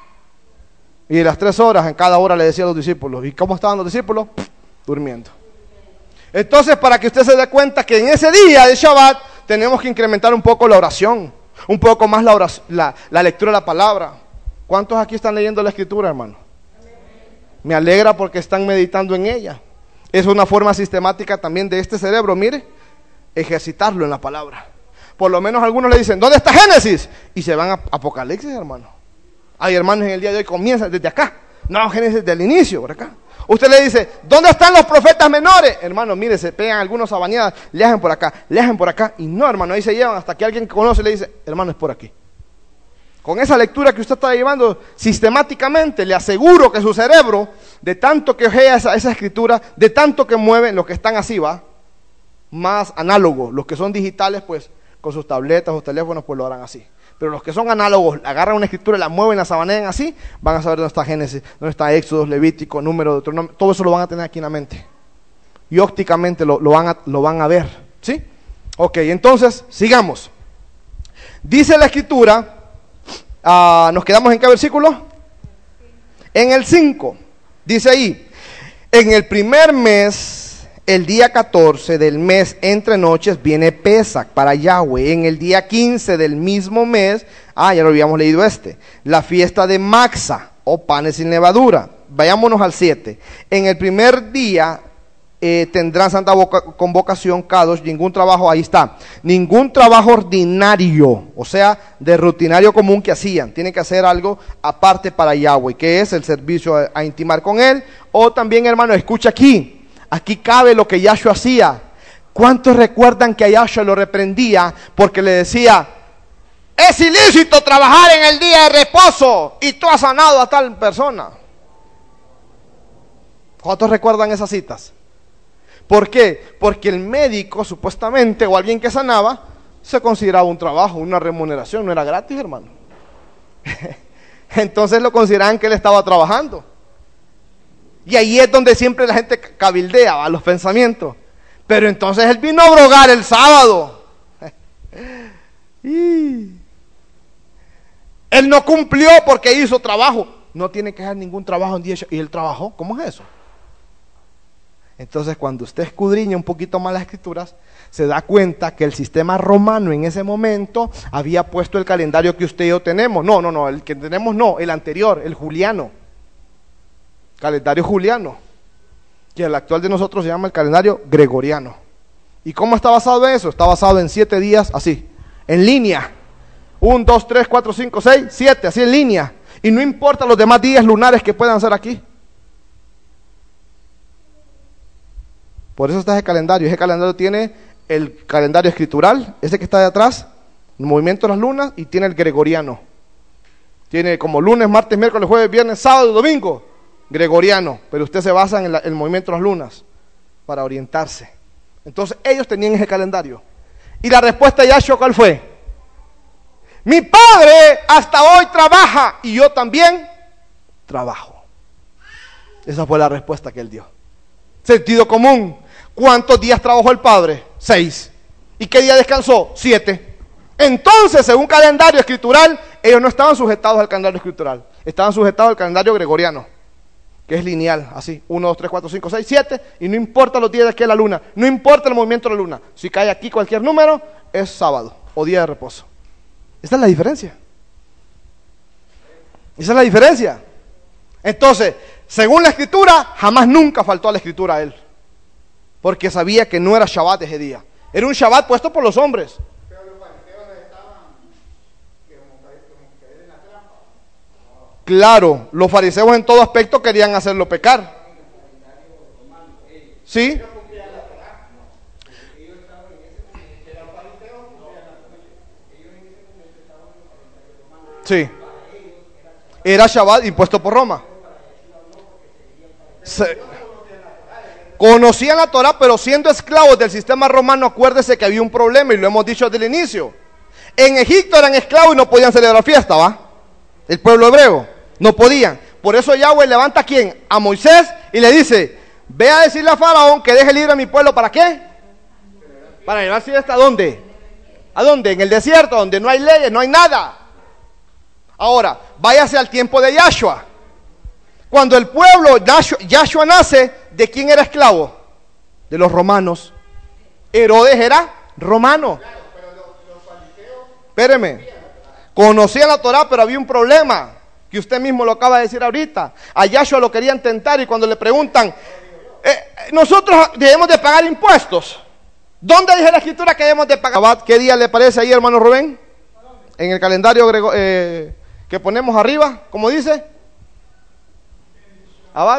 y las 3 horas en cada hora le decía a los discípulos. ¿Y cómo estaban los discípulos? Durmiendo. Entonces, para que usted se dé cuenta que en ese día de Shabbat tenemos que incrementar un poco la oración, un poco más la lectura de la palabra. ¿Cuántos aquí están leyendo la Escritura, hermano? Me alegra porque están meditando en ella. Es una forma sistemática también de este cerebro, mire, ejercitarlo en la palabra. Por lo menos algunos le dicen, ¿dónde está Génesis? Y se van a Apocalipsis, hermano. Hay hermanos en el día de hoy comienzan desde acá. No, Génesis desde el inicio, por acá. Usted le dice, ¿dónde están los profetas menores? Hermano, mire, se pegan algunos a bañadas, lean por acá. Y no, hermano, ahí se llevan hasta que alguien que conoce le dice, hermano, es por aquí. Con esa lectura que usted está llevando sistemáticamente, le aseguro que su cerebro, de tanto que ojea esa escritura, de tanto que mueve, los que están así, va, más análogos, los que son digitales, pues, con sus tabletas o teléfonos, pues lo harán así. Pero los que son análogos, agarran una escritura, la mueven, la sabanean así, van a saber dónde está Génesis, dónde está Éxodo, Levítico, Número, Deuteronomio, todo eso lo van a tener aquí en la mente. Y ópticamente lo van a ver, ¿sí? Ok, entonces, sigamos. Dice la escritura, ¿nos quedamos en qué versículo? En el 5, dice ahí, en el primer mes, el día 14 del mes entre noches viene Pesach para Yahweh. En el día 15 del mismo mes, ya lo habíamos leído la fiesta de Maxa o panes sin levadura. Vayámonos al 7. En el primer día tendrán santa convocación, Kadosh, ningún trabajo, ahí está, ningún trabajo ordinario, o sea, de rutinario común que hacían. Tienen que hacer algo aparte para Yahweh, que es el servicio a intimar con Él. O también, hermano, escucha aquí. Aquí cabe lo que Yahshua hacía. ¿Cuántos recuerdan que a Yahshua lo reprendía porque le decía, es ilícito trabajar en el día de reposo y tú has sanado a tal persona? ¿Cuántos recuerdan esas citas? ¿Por qué? Porque el médico supuestamente, o alguien que sanaba, se consideraba un trabajo, una remuneración, no era gratis, hermano. Entonces lo consideraban que él estaba trabajando. Y ahí es donde siempre la gente cabildea a los pensamientos. Pero entonces él vino a brogar el sábado. Y él no cumplió porque hizo trabajo. No tiene que hacer ningún trabajo en 10. ¿Y él trabajó? ¿Cómo es eso? Entonces, cuando usted escudriña un poquito más las escrituras, se da cuenta que el sistema romano en ese momento había puesto el calendario que usted y yo tenemos. No, el que tenemos no, el anterior, el juliano. Calendario juliano. Que el actual de nosotros se llama el calendario gregoriano. ¿Y cómo está basado en eso? Está basado en 7 días, así, en línea. 1, 2, 3, 4, 5, 6, 7, así en línea. Y no importa los demás días lunares que puedan ser aquí. Por eso está ese calendario. Ese calendario tiene el calendario escritural, ese que está de atrás, el movimiento de las lunas, y tiene el gregoriano. Tiene como lunes, martes, miércoles, jueves, viernes, sábado y domingo, gregoriano. Pero usted se basa en el movimiento de las lunas para orientarse. Entonces ellos tenían ese calendario. Y la respuesta de Yahshua, ¿cuál fue? Mi padre hasta hoy trabaja y yo también trabajo. Esa fue la respuesta que él dio. Sentido común. ¿Cuántos días trabajó el padre? 6. ¿Y qué día descansó? 7. Entonces, según calendario escritural, ellos no estaban sujetados al calendario escritural. Estaban sujetados al calendario gregoriano, que es lineal, así, 1, 2, 3, 4, 5, 6, 7, y no importa los días de aquí a la luna, no importa el movimiento de la luna, si cae aquí cualquier número, es sábado, o día de reposo. Esa es la diferencia. Esa es la diferencia. Entonces, según la escritura, jamás nunca faltó a la escritura a él, porque sabía que no era Shabbat ese día, era un Shabbat puesto por los hombres. Pero los fariseos estaban como caer en la trampa. Claro, los fariseos en todo aspecto querían hacerlo pecar. ¿Sí? Sí. Era Shabbat impuesto por Roma. Conocían la Torah, pero siendo esclavos del sistema romano, acuérdese que había un problema y lo hemos dicho desde el inicio. En Egipto eran esclavos y no podían celebrar fiesta, ¿va? El pueblo hebreo, no podían. Por eso Yahweh levanta a ¿quién? A Moisés y le dice, ve a decirle a Faraón que deje libre a mi pueblo, ¿para qué? Para llevar fiesta, ¿a dónde? ¿A dónde? En el desierto, donde no hay leyes, no hay nada. Ahora, váyase al tiempo de Yahshua. Cuando el pueblo, Yahshua nace, ¿de quién era esclavo? De los romanos. Herodes era romano. Espéreme. Conocían la Torah, pero había un problema, que usted mismo lo acaba de decir ahorita. A Yahshua lo querían tentar y cuando le preguntan, nosotros debemos de pagar impuestos. ¿Dónde dice la escritura que debemos de pagar? ¿Qué día le parece ahí, hermano Rubén? En el calendario que ponemos arriba, ¿cómo dice? Abad.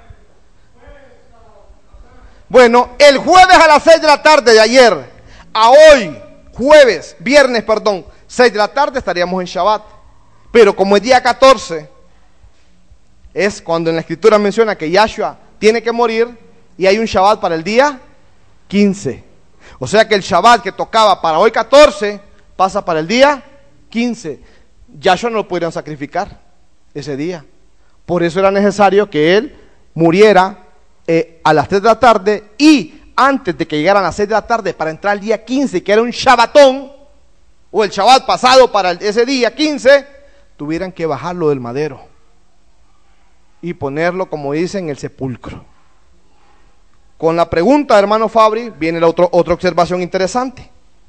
Bueno, el jueves a las 6 de la tarde de ayer a hoy, viernes, 6 de la tarde estaríamos en Shabbat. Pero como es día 14, es cuando en la escritura menciona que Yahshua tiene que morir y hay un Shabbat para el día 15. O sea que el Shabbat que tocaba para hoy 14 pasa para el día 15. Yahshua no lo pudieron sacrificar ese día. Por eso era necesario que él muriera a las 3 de la tarde y antes de que llegaran a las 6 de la tarde para entrar el día 15, que era un Shabbatón, o el Shabbat pasado para ese día 15, tuvieran que bajarlo del madero y ponerlo, como dicen, en el sepulcro. Con la pregunta, hermano Fabri, viene la otra observación interesante.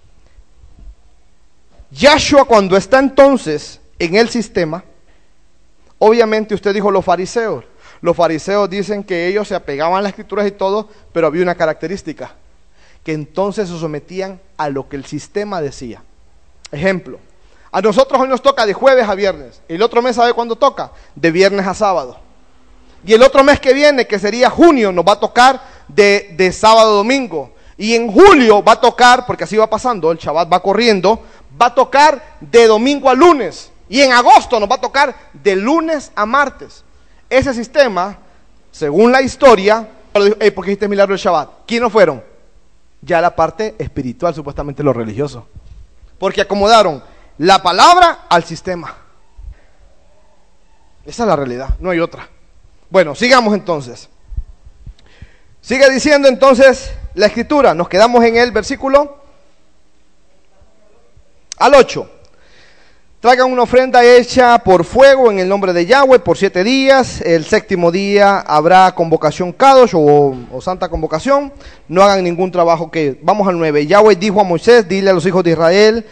Yahshua, cuando está entonces en el sistema, obviamente usted dijo los fariseos. Los fariseos dicen que ellos se apegaban a las escrituras y todo, pero había una característica, que entonces se sometían a lo que el sistema decía. Ejemplo, a nosotros hoy nos toca de jueves a viernes, el otro mes ¿sabe cuándo toca? De viernes a sábado. Y el otro mes que viene, que sería junio, nos va a tocar de sábado a domingo. Y en julio va a tocar, porque así va pasando, el Shabbat va corriendo, va a tocar de domingo a lunes. Y en agosto nos va a tocar de lunes a martes. Ese sistema, según la historia, ¿por qué hiciste milagro el Shabbat? ¿Quiénes fueron? Ya la parte espiritual, supuestamente los religiosos. Porque acomodaron la palabra al sistema. Esa es la realidad, no hay otra. Bueno, sigamos entonces. Sigue diciendo entonces la escritura. Nos quedamos en el versículo. Al 8. Traigan una ofrenda hecha por fuego en el nombre de Yahweh por 7 días. El 7º día habrá convocación Kadosh o santa convocación. No hagan ningún trabajo que... Vamos al 9. Yahweh dijo a Moisés, dile a los hijos de Israel,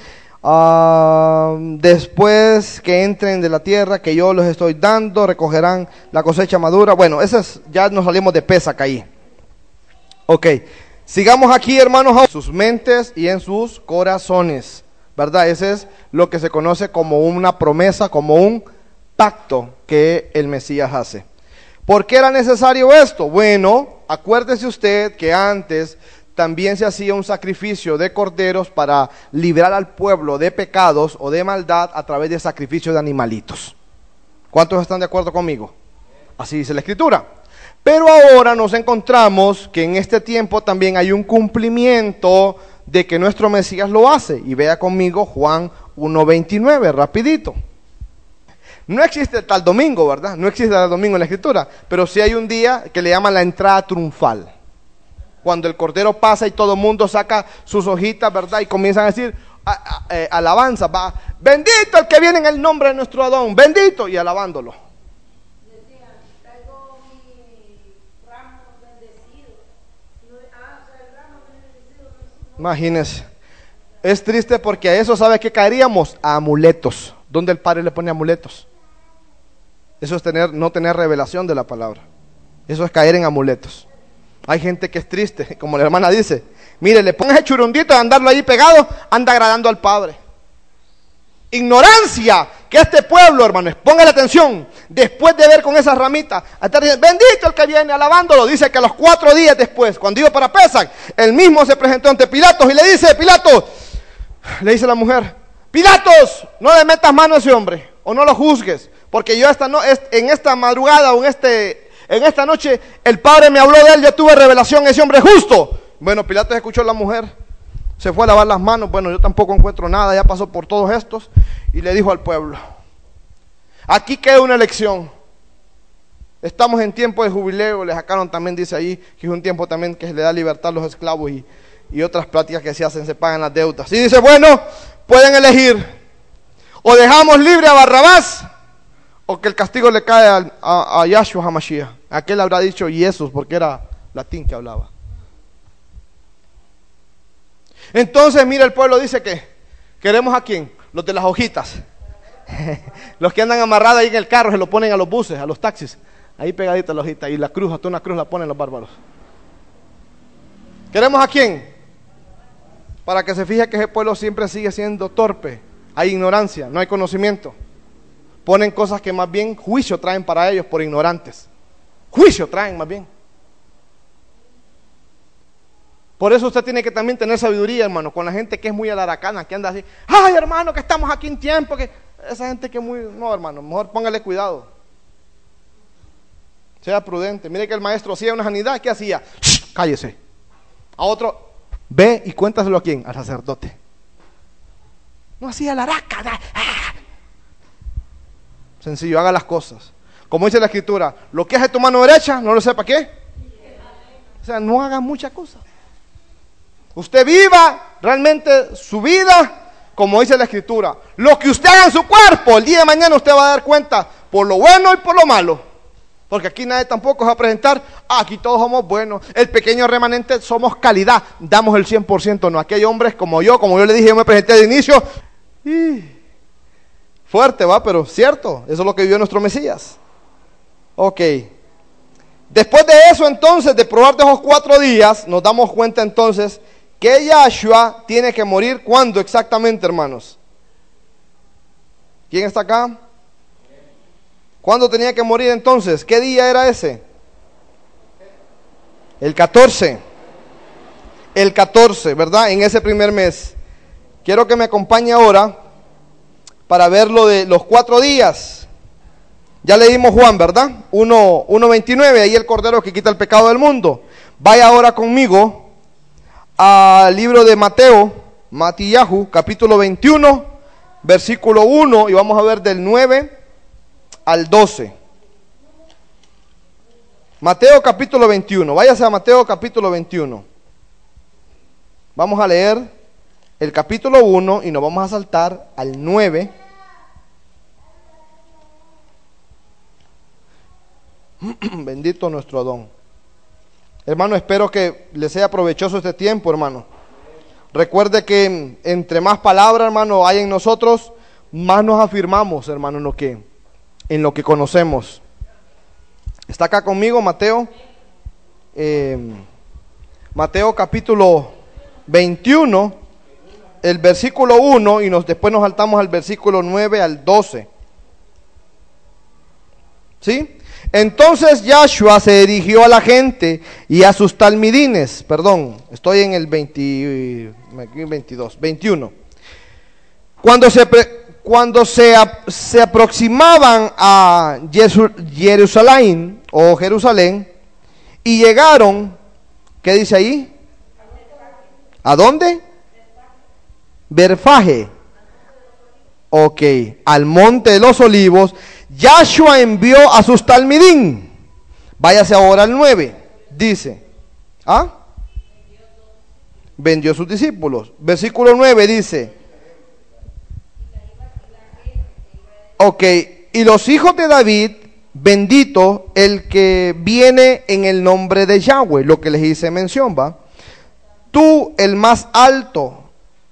después que entren de la tierra que yo les estoy dando, recogerán la cosecha madura. Bueno, ya nos salimos de Pesach ahí. Ok. Sigamos aquí, hermanos, en sus mentes y en sus corazones. ¿Verdad? Ese es lo que se conoce como una promesa, como un pacto que el Mesías hace. ¿Por qué era necesario esto? Bueno, acuérdese usted que antes también se hacía un sacrificio de corderos para librar al pueblo de pecados o de maldad a través de sacrificio de animalitos. ¿Cuántos están de acuerdo conmigo? Así dice la Escritura. Pero ahora nos encontramos que en este tiempo también hay un cumplimiento de que nuestro Mesías lo hace. Y vea conmigo Juan 1:29, rapidito. No existe tal domingo, ¿verdad? No existe tal domingo en la Escritura, pero sí hay un día que le llaman la entrada triunfal. Cuando el Cordero pasa y todo el mundo saca sus hojitas, ¿verdad? Y comienzan a decir alabanza, va, bendito el que viene en el nombre de nuestro Adón, bendito, y alabándolo. Decían, traigo mi ramo bendecido. El ramo bendecido. Imagínense. Es triste porque a eso, ¿sabe qué caeríamos? A amuletos. ¿Dónde el Padre le pone amuletos? Eso es no tener revelación de la palabra. Eso es caer en amuletos. Hay gente que es triste, como la hermana dice, mire, le pones el churundito de andarlo ahí pegado, anda agradando al Padre. Ignorancia que este pueblo, hermanos, póngale atención, después de ver con esas ramitas, estar diciendo, bendito el que viene, alabándolo. Dice que a los 4 días después, cuando iba para Pesach, él mismo se presentó ante Pilatos y le dice, Pilatos, le dice la mujer, Pilatos, no le metas mano a ese hombre, o no lo juzgues, porque yo en esta madrugada o en esta noche, el Padre me habló de él, yo tuve revelación, ese hombre es justo. Bueno, Pilatos escuchó a la mujer, se fue a lavar las manos, bueno, yo tampoco encuentro nada, ya pasó por todos estos, y le dijo al pueblo, aquí queda una elección, estamos en tiempo de jubileo, le sacaron también, dice ahí, que es un tiempo también que se le da libertad a los esclavos y otras prácticas que se hacen, se pagan las deudas. Y dice, bueno, pueden elegir, o dejamos libre a Barrabás, o que el castigo le cae a Yahshua HaMashiach. Aquel habrá dicho Jesús, porque era latín que hablaba. Entonces, mira, el pueblo dice que queremos a quién, los de las hojitas. Los que andan amarrados ahí en el carro, se lo ponen a los buses, a los taxis. Ahí pegadita la hojita, y la cruz, hasta una cruz la ponen los bárbaros. ¿Queremos a quién? Para que se fije que ese pueblo siempre sigue siendo torpe. Hay ignorancia, no hay conocimiento. Ponen cosas que más bien juicio traen para ellos por ignorantes. Juicio traen más bien. Por eso usted tiene que también tener sabiduría, hermano, con la gente que es muy alaracana, que anda así, ay, hermano, que estamos aquí en tiempo, que esa gente que es muy, no, hermano, mejor póngale cuidado. Sea prudente. Mire que el maestro hacía una sanidad, ¿qué hacía? ¡Shh! Cállese. A otro, ve y cuéntaselo a quién, al sacerdote. No hacía alaraca. Sencillo, haga las cosas. Como dice la Escritura, lo que hace tu mano derecha, no lo sepa qué. O sea, no haga muchas cosas. Usted viva realmente su vida, como dice la Escritura. Lo que usted haga en su cuerpo, el día de mañana usted va a dar cuenta por lo bueno y por lo malo. Porque aquí nadie tampoco se va a presentar, aquí todos somos buenos. El pequeño remanente somos calidad, damos el 100%. No, aquí hay hombres como yo le dije, yo me presenté de inicio. Fuerte, va, pero cierto, eso es lo que vivió nuestro Mesías. Ok. Después de eso entonces, de probar de esos 4 días, nos damos cuenta entonces que Yahshua tiene que morir. ¿Cuándo exactamente, hermanos? ¿Quién está acá? ¿Cuándo tenía que morir entonces? ¿Qué día era ese? El 14. El 14, ¿verdad? En ese primer mes. Quiero que me acompañe ahora para ver lo de los 4 días. Ya leímos Juan, ¿verdad? 1:29, ahí el Cordero que quita el pecado del mundo. Vaya ahora conmigo al libro de Matías, capítulo 21, versículo 1, y vamos a ver del 9 al 12. Mateo capítulo 21, váyase a Mateo capítulo 21. Vamos a leer el capítulo 1 y nos vamos a saltar al 9. Bendito nuestro Adón. Hermano, espero que les sea provechoso este tiempo, hermano. Recuerde que entre más palabras, hermano, hay en nosotros, más nos afirmamos, hermano, en lo que conocemos. ¿Está acá conmigo Mateo? Mateo capítulo 21, el versículo 1, y después nos saltamos al versículo 9 al 12. ¿Sí? Entonces Yahshua se dirigió a la gente y a sus talmidines, estoy en el 21. Cuando se aproximaban a Jerusalén y llegaron, ¿qué dice ahí? ¿A dónde? Betfagé. Ok, al monte de los olivos. Yahshua envió a sus talmidín. Váyase ahora al 9. Dice, vendió a sus discípulos. Versículo 9 dice, ok, y los hijos de David, bendito el que viene en el nombre de Yahweh, lo que les hice mención, ¿va? Tú, el más alto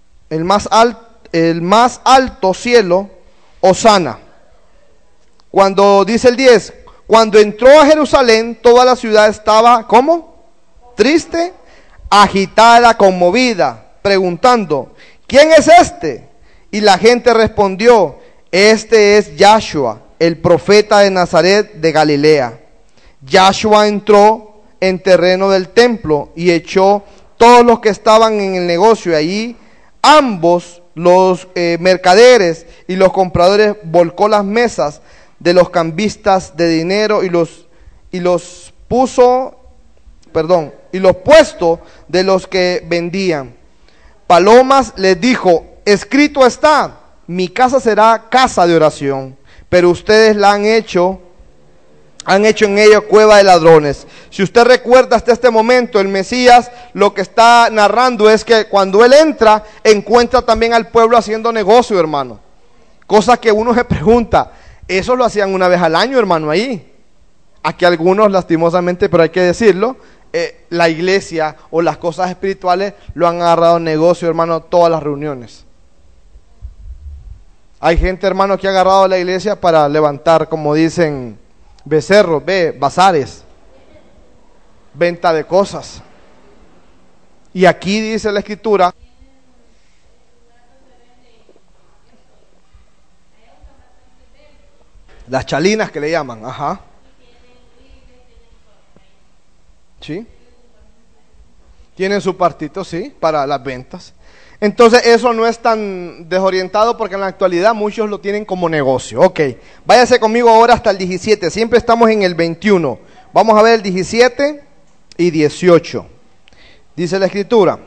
cielo, hosana. Cuando dice el 10, cuando entró a Jerusalén, toda la ciudad estaba, ¿cómo? Triste, agitada, conmovida, preguntando, ¿quién es este? Y la gente respondió, este es Yahshua, el profeta de Nazaret de Galilea. Yahshua entró en terreno del templo y echó todos los que estaban en el negocio. Y allí ambos, los mercaderes y los compradores, volcó las mesas de los cambistas de dinero y los puestos de los que vendían. Palomas les dijo, escrito está, mi casa será casa de oración, pero ustedes la han hecho en ella cueva de ladrones. Si usted recuerda hasta este momento, el Mesías lo que está narrando es que cuando él entra, encuentra también al pueblo haciendo negocio, hermano. Cosa que uno se pregunta, eso lo hacían una vez al año, hermano, ahí. Aquí algunos, lastimosamente, pero hay que decirlo, la iglesia o las cosas espirituales lo han agarrado negocio, hermano, todas las reuniones. Hay gente, hermano, que ha agarrado la iglesia para levantar, como dicen, becerros, bazares, venta de cosas. Y aquí dice la escritura, las chalinas que le llaman, ¿sí? Tienen su partito, sí, para las ventas. Entonces eso no es tan desorientado porque en la actualidad muchos lo tienen como negocio. Ok, váyase conmigo ahora hasta el 17, siempre estamos en el 21. Vamos a ver el 17 y 18. Dice la escritura.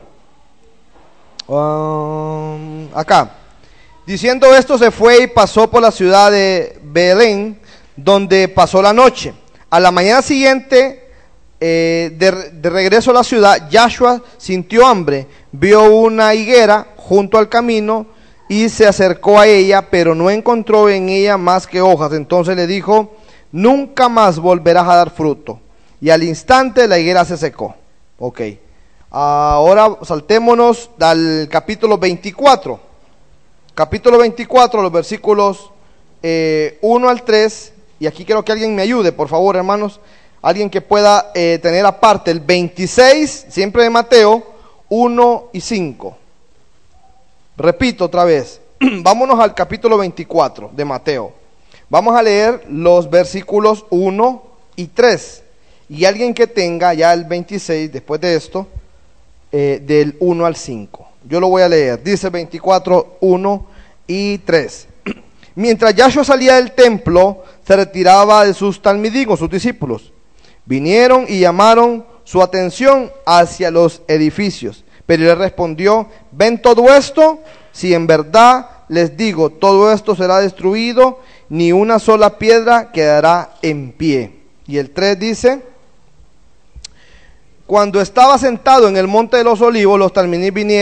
Acá. Diciendo esto se fue y pasó por la ciudad de Belén, donde pasó la noche. A la mañana siguiente, de regreso a la ciudad, Yahshua sintió hambre, vio una higuera junto al camino y se acercó a ella, pero no encontró en ella más que hojas. Entonces le dijo, nunca más volverás a dar fruto. Y al instante la higuera se secó. Ok, ahora saltémonos al capítulo 24. Capítulo 24, los versículos 1 al 3. Y aquí quiero que alguien me ayude, por favor, hermanos. Alguien que pueda tener aparte el 26, siempre de Mateo, 1 y 5. Repito otra vez, vámonos al capítulo 24 de Mateo. Vamos a leer los versículos 1 y 3. Y alguien que tenga ya el 26, después de esto, del 1 al 5. Yo lo voy a leer. Dice 24, 1 y 3. Mientras Yahshua salía del templo, se retiraba de sus talmidigos, sus discípulos. Vinieron y llamaron su atención hacia los edificios. Pero él respondió, ¿ven todo esto? Si en verdad les digo, todo esto será destruido, ni una sola piedra quedará en pie. Y el 3 dice, cuando estaba sentado en el monte de los olivos, los talmidim vinieron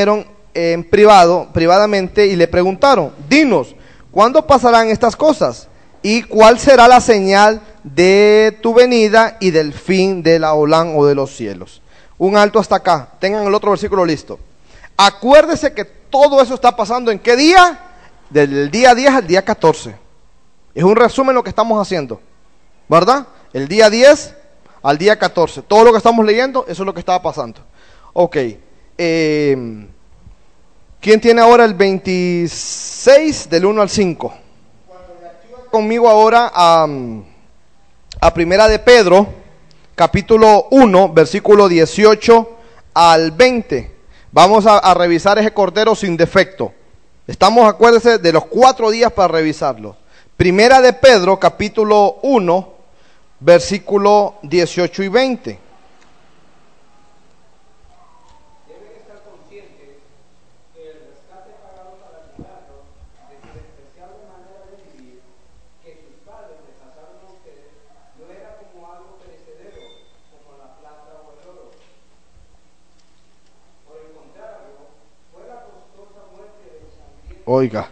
en privadamente, y le preguntaron: dinos, ¿cuándo pasarán estas cosas? ¿Y cuál será la señal de tu venida y del fin de la Olán o de los cielos? Un alto hasta acá. Tengan el otro versículo listo. Acuérdese que todo eso está pasando ¿en qué día? Del día 10 al día 14. Es un resumen de lo que estamos haciendo, ¿verdad? El día 10 al día 14. Todo lo que estamos leyendo, eso es lo que estaba pasando. Ok. ¿Quién tiene ahora el 26 del 1 al 5? Conmigo ahora a Primera de Pedro, capítulo 1, versículo 18 al 20. Vamos a revisar ese cordero sin defecto. Estamos, acuérdense, de los 4 días para revisarlo. Primera de Pedro, capítulo 1, versículo 18 y 20. Oiga.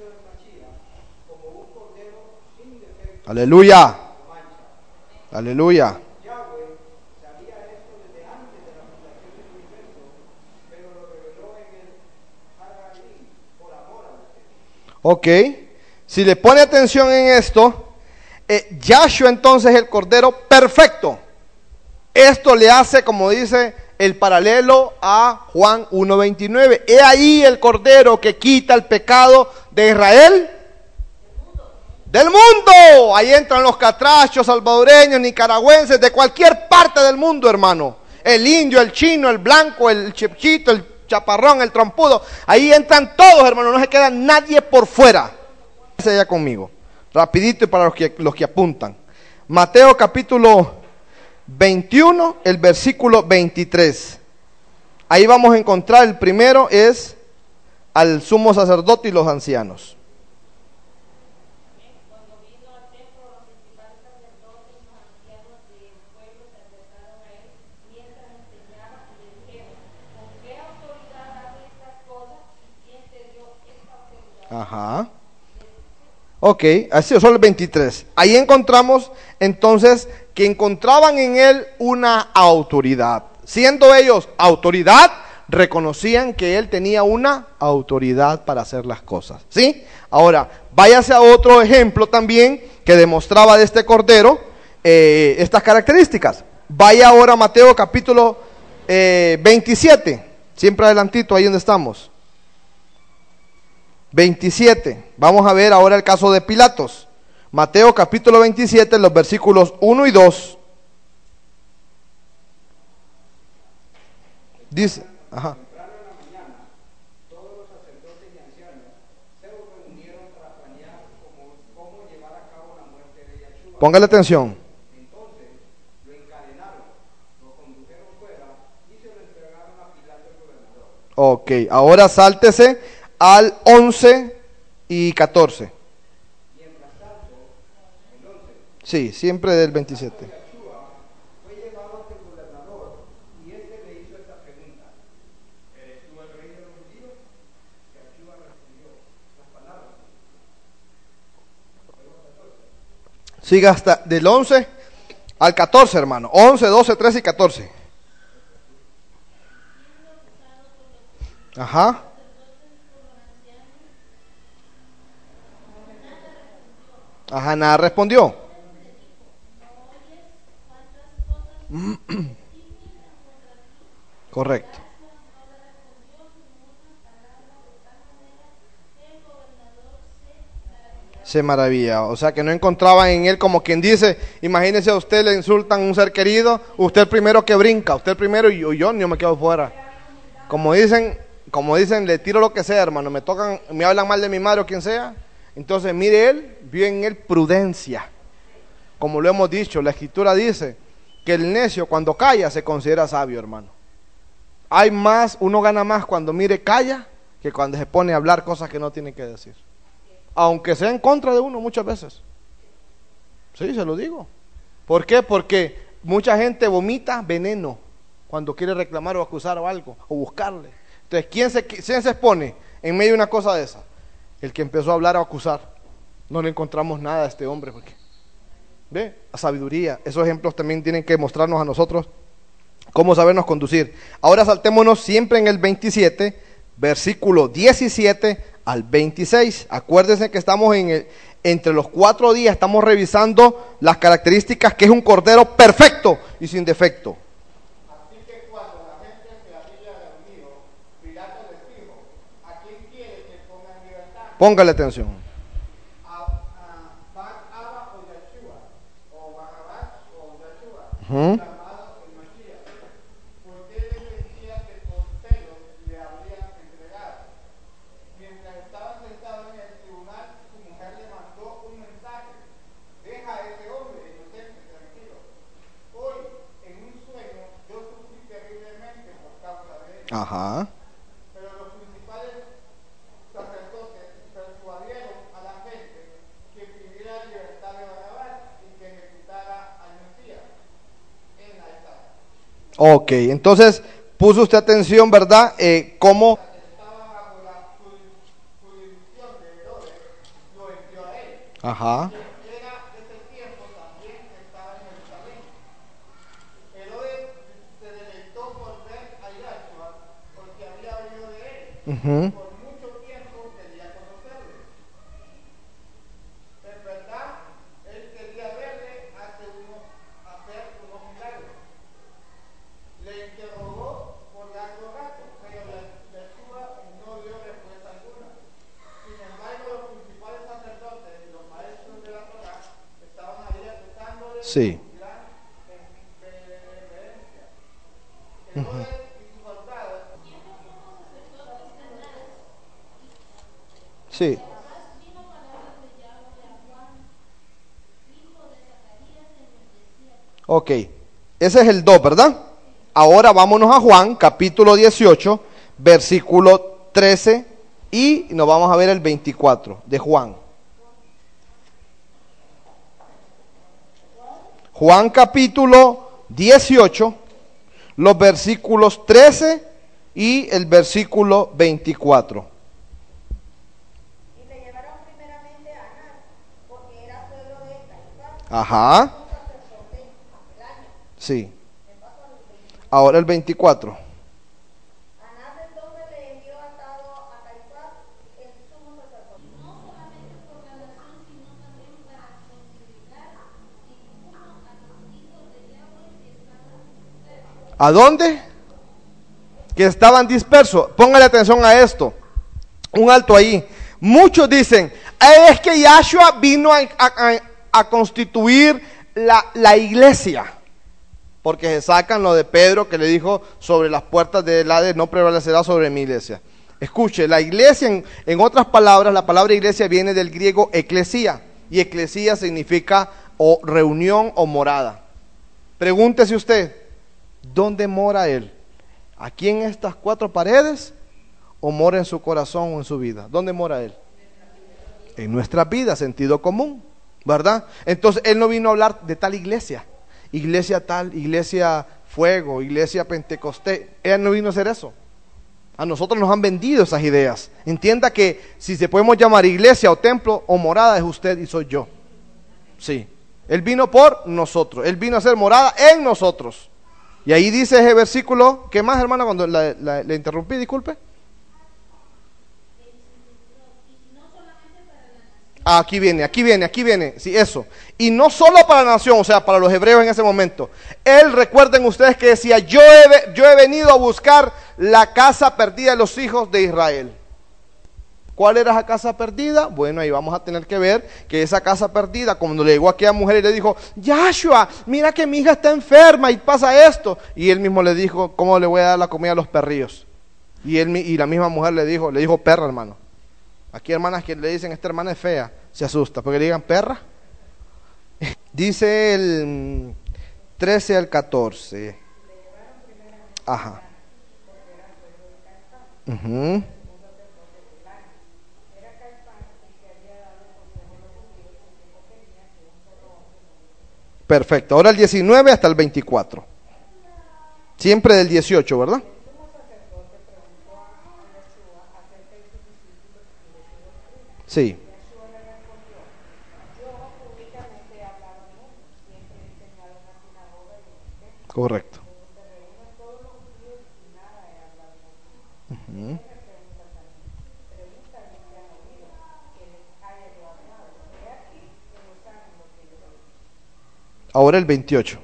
Aleluya. Aleluya. Ok. Si le pone atención en esto, Yahshua entonces es el cordero perfecto. Esto le hace, como dice, el paralelo a Juan 1:29. He ahí el cordero que quita el pecado de Israel, del mundo. Ahí entran los catrachos, salvadoreños, nicaragüenses, de cualquier parte del mundo, hermano. El indio, el chino, el blanco, el chipchito, el chaparrón, el trompudo. Ahí entran todos, hermano, no se queda nadie por fuera. Ya conmigo, rapidito, y para los que apuntan. Mateo capítulo 21, el versículo 23. Ahí vamos a encontrar, el primero es al sumo sacerdote y los ancianos. Cuando vino al templo, los principales sacerdotes y los ancianos del pueblo se acercaron a él mientras enseñaba y le dijeron: ¿con qué autoridad haces estas cosas? ¿Y quién te dio esta autoridad? Ajá. Ok, así solo el 23. Ahí encontramos entonces que encontraban en él una autoridad. Siendo ellos autoridad, reconocían que él tenía una autoridad para hacer las cosas. ¿Sí? Ahora, váyase a otro ejemplo también que demostraba de este cordero estas características. Vaya ahora a Mateo capítulo 27. Siempre adelantito, ahí donde estamos. 27. Vamos a ver ahora el caso de Pilatos. Mateo capítulo 27, los versículos 1 y 2. Dice, ajá. Póngale atención. Ok, ahora sáltese al 11 y 14. Sí, siempre del 27. Siga hasta del 11 al 14, hermano. 11, 12, 13 y 14. Ajá. Ajá, nada respondió. Correcto. Se maravilla, o sea que no encontraban en él, como quien dice, imagínese a usted, le insultan a un ser querido, usted el primero que brinca, usted el primero y yo no me quedo fuera. Como dicen, le tiro lo que sea, hermano, me hablan mal de mi madre o quien sea. Entonces mire, él vio en él prudencia. Como lo hemos dicho, la escritura dice que el necio cuando calla se considera sabio, hermano. Uno gana más cuando mire calla que cuando se pone a hablar cosas que no tiene que decir. Aunque sea en contra de uno muchas veces. Sí, se lo digo. ¿Por qué? Porque mucha gente vomita veneno cuando quiere reclamar o acusar o algo, o buscarle. Entonces, ¿quién se expone en medio de una cosa de esa? El que empezó a hablar o a acusar. No le encontramos nada a este hombre. Porque, ¿ve? La sabiduría. Esos ejemplos también tienen que mostrarnos a nosotros cómo sabernos conducir. Ahora saltémonos siempre en el 27, versículo 17 al 26. Acuérdense que estamos entre los 4 días, estamos revisando las características que es un cordero perfecto y sin defecto. Así que cuando la gente se había reunido, Pilato les dijo: ¿a quién quiere que ponga en libertad? Póngale atención. ¿A Bar-Abba o Yeshua? ¿O Barrabás o Yeshua? Ujú. Llamado el Mesías. Porque él les decía que por celos le habrían entregado. Mientras estaban sentados en el tribunal, su mujer le mandó un mensaje: deja a ese hombre inocente tranquilo. Hoy, en un sueño, yo sufrí terriblemente por causa de él. Ajá. Pero los principales sacerdotes persuadieron a la gente que pidiera la libertad de Barrabás y que ejecutara al Mesías en la estatua. Ok, entonces puso usted atención, ¿verdad? Cómo Estaba bajo la jurisdicción de Herodes, lo envió a él. ajá. Era ese tiempo también que estaba en Jerusalén. Herodes se deleitó por ver a Yahshua porque había oído de él. Ujú. Por mucho tiempo quería conocerle. En verdad, él quería verle hacer unos milagros. Le interrogó por largo rato, pero Yeshua no dio respuesta alguna. Sin embargo, los principales sacerdotes y los maestros de la Torá estaban ahí acusándole Sí. con gran vehemencia. Herodes y sus soldados Sí. Ok, ese es el 2, ¿verdad? Ahora vámonos a Juan, capítulo 18, versículo 13, y nos vamos a ver el 24 de Juan. Juan capítulo 18, los versículos 13 y el versículo 24. Y le llevaron primeramente a Anás, porque era pueblo de Caifás, Ajá, un sacerdote aquel año. sí. Ahora el 24. Anás entonces le envió atado a Caifás, el sumo sacerdote. No solamente por la nación, sino también para considerar ninguno a los hijos de Yahweh que estaban dispersos. ¿A dónde? Que estaban dispersos. Póngale atención a esto. Un alto ahí. Muchos dicen, es que Yahshua vino a constituir la iglesia. Porque se sacan lo de Pedro que le dijo: sobre las puertas del Hades no prevalecerá sobre mi iglesia. Escuche, la iglesia, en otras palabras, la palabra iglesia viene del griego eclesía. Y eclesía significa o reunión o morada. Pregúntese usted, ¿dónde mora él? ¿Aquí en estas 4 paredes? ¿O mora en su corazón o en su vida? ¿Dónde mora él? En nuestra vida, sentido común, ¿verdad? Entonces él no vino a hablar de tal iglesia, iglesia tal, iglesia fuego, iglesia pentecostés. Él no vino a hacer eso. A nosotros nos han vendido esas ideas. Entienda que si se podemos llamar iglesia o templo o morada, es usted y soy yo. Sí, él vino por nosotros, él vino a ser morada en nosotros. Y ahí dice ese versículo, ¿qué más, hermana? Cuando le interrumpí, disculpe. Aquí viene, sí, eso. Y no solo para la nación, o sea, para los hebreos en ese momento. Él, recuerden ustedes que decía, yo he venido a buscar la casa perdida de los hijos de Israel. ¿Cuál era esa casa perdida? Bueno, ahí vamos a tener que ver que esa casa perdida, cuando le llegó a aquella mujer y le dijo, Yahshua, mira que mi hija está enferma y pasa esto. Y él mismo le dijo, ¿cómo le voy a dar la comida a los perrillos? Y la misma mujer le dijo perra, hermano. Aquí hermanas que le dicen, esta hermana es fea, se asusta, porque le digan perra. Dice el 13 al 14. Ajá. Uh-huh. Perfecto, ahora el 19 hasta el 24. Siempre del 18, ¿verdad? Sí. Correcto. Ujú. Ahora el 28.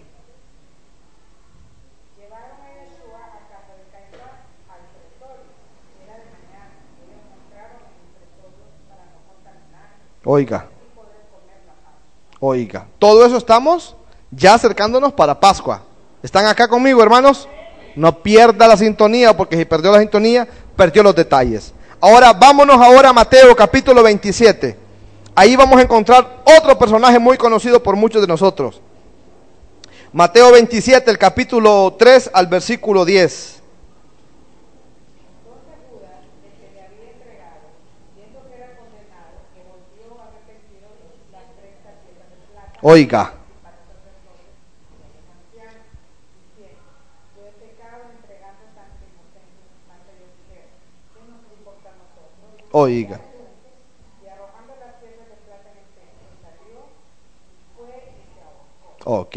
Oiga, oiga, todo eso estamos ya acercándonos para Pascua. ¿Están acá conmigo, hermanos? No pierda la sintonía, porque si perdió la sintonía, perdió los detalles. Ahora, vámonos ahora a Mateo capítulo 27. Ahí vamos a encontrar otro personaje muy conocido por muchos de nosotros. Mateo 27, el capítulo 3 al versículo 10. Oiga. Oiga. Ok.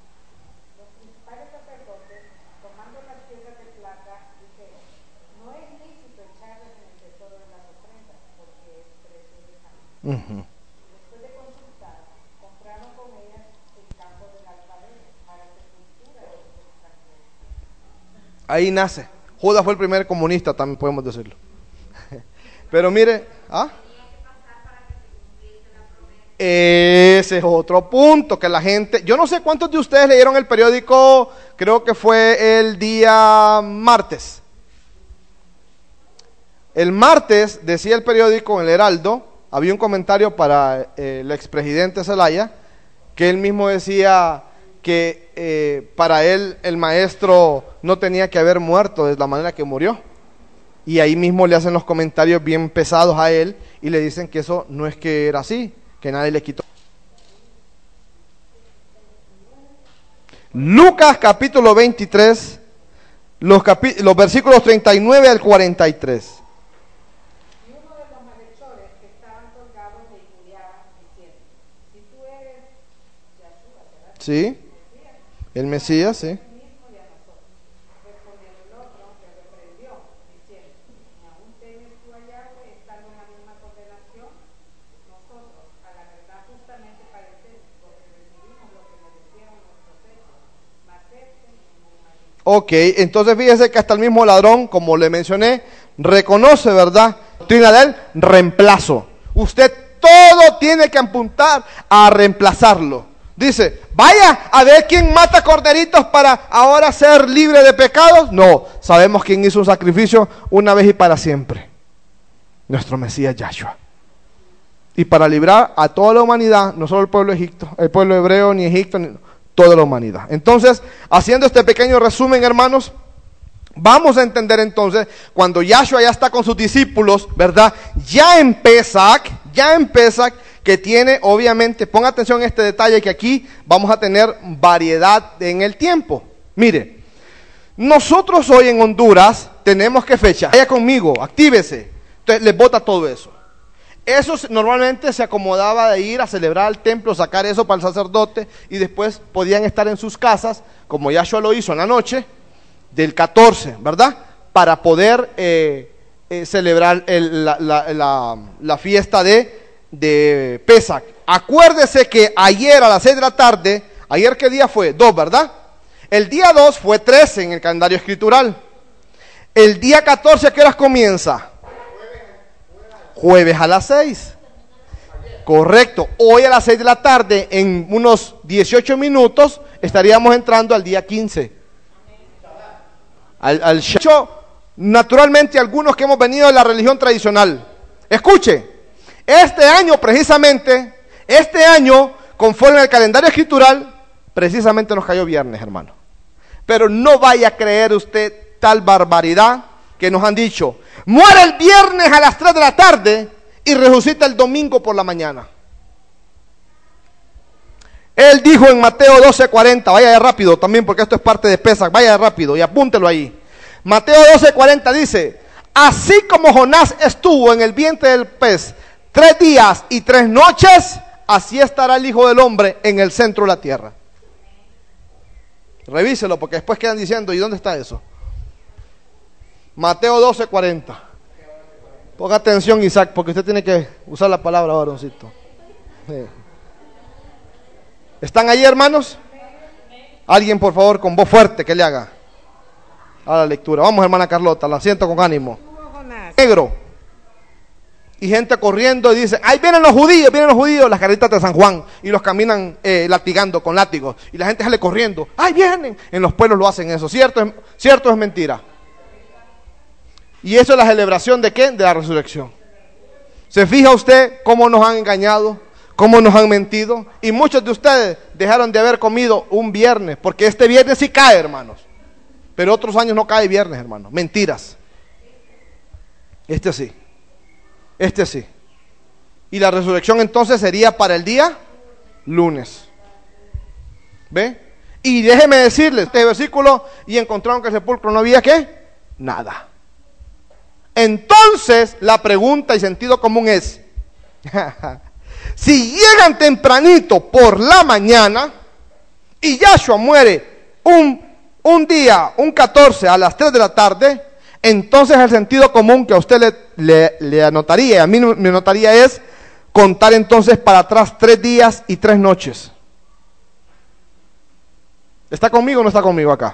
Uh-huh. Ahí nace. Judas fue el primer comunista, también podemos decirlo. Pero mire, ¿ah? Ese es otro punto que la gente, yo no sé cuántos de ustedes leyeron el periódico, creo que fue el día martes. El martes decía el periódico, el Heraldo, había un comentario para el expresidente Zelaya, que él mismo decía que para él el maestro no tenía que haber muerto de la manera que murió. Y ahí mismo le hacen los comentarios bien pesados a él y le dicen que eso no es que era así, que nadie le quitó. Lucas capítulo 23, los versículos 39 al 43. Y uno de los malhechores que estaban colgados le injuriaban diciendo: si tú eres Yahshua, ¿verdad? Sí, el Mesías, sí. Ok, entonces fíjese que hasta el mismo ladrón, como le mencioné, reconoce, ¿verdad? Doctrina del reemplazo. Usted todo tiene que apuntar a reemplazarlo. Dice, vaya a ver quién mata corderitos para ahora ser libre de pecados. No, sabemos quién hizo un sacrificio una vez y para siempre. Nuestro Mesías Yahshua. Y para librar a toda la humanidad, no solo el pueblo Egipto, el pueblo hebreo, ni Egipto, ni toda la humanidad. Entonces, haciendo este pequeño resumen, hermanos, vamos a entender entonces, cuando Yahshua ya está con sus discípulos, ¿verdad? Ya en Pesach, que tiene, obviamente, ponga atención a este detalle, que aquí vamos a tener variedad en el tiempo. Mire, nosotros hoy en Honduras tenemos ¿qué fecha? Vaya conmigo, actívese. Entonces, les bota todo eso. Eso normalmente se acomodaba de ir a celebrar al templo, sacar eso para el sacerdote, y después podían estar en sus casas, como Yahshua lo hizo en la noche del 14, ¿verdad? Para poder celebrar la fiesta de Pesach. Acuérdese que ayer a las 6 de la tarde, ¿ayer qué día fue? 2, ¿verdad? El día 2 fue 13 en el calendario escritural. El día 14, ¿a qué horas comienza? Jueves a las 6. Correcto. Hoy a las 6 de la tarde, en unos 18 minutos, estaríamos entrando al día 15. Al Shabbat. Naturalmente, algunos que hemos venido de la religión tradicional. Escuche, este año precisamente, conforme al calendario escritural, precisamente nos cayó viernes, hermano. Pero no vaya a creer usted tal barbaridad que nos han dicho: muere el viernes a las 3 de la tarde y resucita el domingo por la mañana. Él dijo en Mateo 12:40, vaya de rápido también porque esto es parte de Pesach, vaya de rápido y apúntelo ahí. Mateo 12:40 dice: así como Jonás estuvo en el vientre del pez 3 días y 3 noches, así estará el Hijo del Hombre en el centro de la tierra. Revíselo, porque después quedan diciendo, ¿y dónde está eso? Mateo 12:40. Ponga atención, Isaac, porque usted tiene que usar la palabra, varoncito. ¿Están ahí, hermanos? Alguien, por favor, con voz fuerte, que le haga a la lectura. Vamos, hermana Carlota, la siento con ánimo. Negro. Y gente corriendo y dice, ¡ay, vienen los judíos! Las caritas de San Juan. Y los caminan latigando con látigos. Y la gente sale corriendo, ¡ay, vienen! En los pueblos lo hacen eso. ¿Cierto es mentira? Y eso es la celebración ¿de qué? De la resurrección. ¿Se fija usted cómo nos han engañado? ¿Cómo nos han mentido? Y muchos de ustedes dejaron de haber comido un viernes, porque este viernes sí cae, hermanos. Pero otros años no cae viernes, hermanos. Mentiras. Este sí. Y la resurrección entonces sería para el día lunes. ¿Ve? Y déjeme decirles este versículo, y encontraron que el sepulcro no había ¿qué? Nada. Entonces la pregunta y sentido común es, si llegan tempranito por la mañana y Yahshua muere un día, un 14 a las 3 de la tarde, entonces el sentido común que a usted le anotaría, y a mí me anotaría, es contar entonces para atrás 3 días y 3 noches. ¿Está conmigo o no está conmigo acá?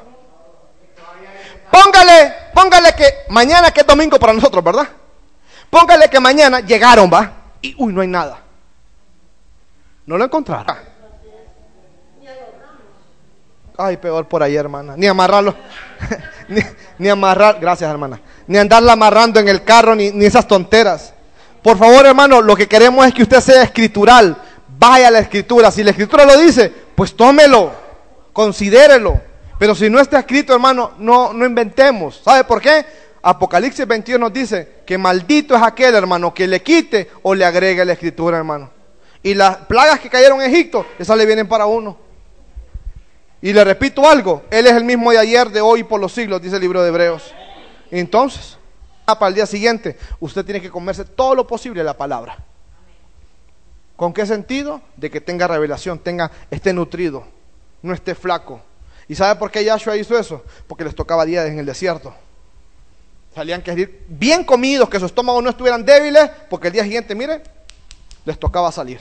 Póngale que mañana, que es domingo para nosotros, ¿verdad? Póngale que mañana llegaron, ¿va? Y no hay nada. No lo encontraron. Ay, peor por ahí, hermana. Ni amarrarlo. ni amarrar, gracias, hermana. Ni andarla amarrando en el carro, ni esas tonteras. Por favor, hermano, lo que queremos es que usted sea escritural. Vaya a la escritura. Si la escritura lo dice, pues tómelo, considérelo. Pero si no está escrito, hermano, no inventemos. ¿Sabe por qué? Apocalipsis 21 nos dice que maldito es aquel, hermano, que le quite o le agregue la escritura, hermano. Y las plagas que cayeron en Egipto, esas le vienen para uno. Y le repito algo, Él es el mismo de ayer, de hoy y por los siglos, dice el libro de Hebreos. Entonces, para el día siguiente, usted tiene que comerse todo lo posible de la palabra. ¿Con qué sentido? De que tenga revelación, esté nutrido, no esté flaco. ¿Y sabe por qué Yahshua hizo eso? Porque les tocaba días en el desierto. Salían que ir bien comidos, que sus estómagos no estuvieran débiles, porque el día siguiente, mire, les tocaba salir.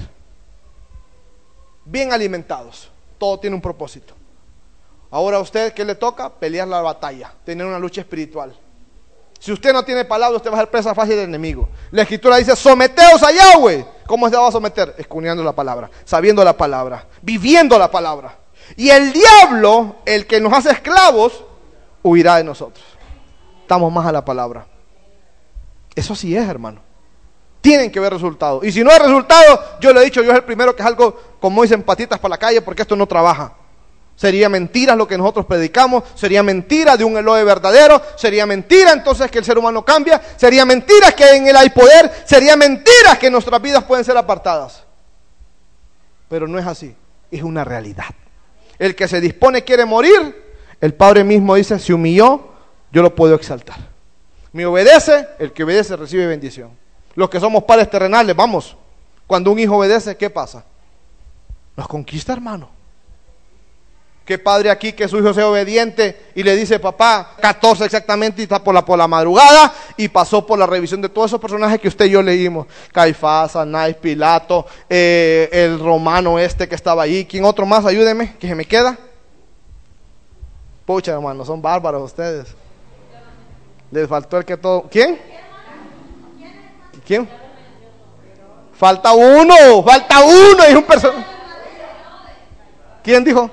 Bien alimentados. Todo tiene un propósito. Ahora a usted, ¿qué le toca? Pelear la batalla, tener una lucha espiritual. Si usted no tiene palabra, usted va a ser presa fácil del enemigo. La escritura dice, someteos a Yahweh. ¿Cómo se va a someter? Escudriñando la palabra, sabiendo la palabra, viviendo la palabra. Y el diablo, el que nos hace esclavos, huirá de nosotros. Estamos más a la palabra. Eso sí es, hermano. Tienen que ver resultados. Y si no hay resultados, yo le he dicho, yo es el primero que es algo, como dicen, patitas para la calle, porque esto no trabaja. Sería mentira lo que nosotros predicamos, sería mentira de un Elohe verdadero, sería mentira entonces que el ser humano cambia, sería mentira que en él hay poder, sería mentira que nuestras vidas pueden ser apartadas. Pero no es así, es una realidad. El que se dispone quiere morir, el Padre mismo dice, se humilló, yo lo puedo exaltar. Me obedece, el que obedece recibe bendición. Los que somos padres terrenales, vamos, cuando un hijo obedece, ¿qué pasa? Nos conquista, hermano. ¿Qué padre aquí que su hijo sea obediente y le dice, papá, 14 exactamente, y está por la madrugada, y pasó por la revisión de todos esos personajes que usted y yo leímos? Caifás, Anás, Pilato, el romano que estaba ahí. ¿Quién otro más? Ayúdeme, que se me queda. Pucha, hermano, son bárbaros ustedes. Les faltó el que todo... ¿Quién? ¿Quién? Falta uno, es un personaje. ¿Quién dijo?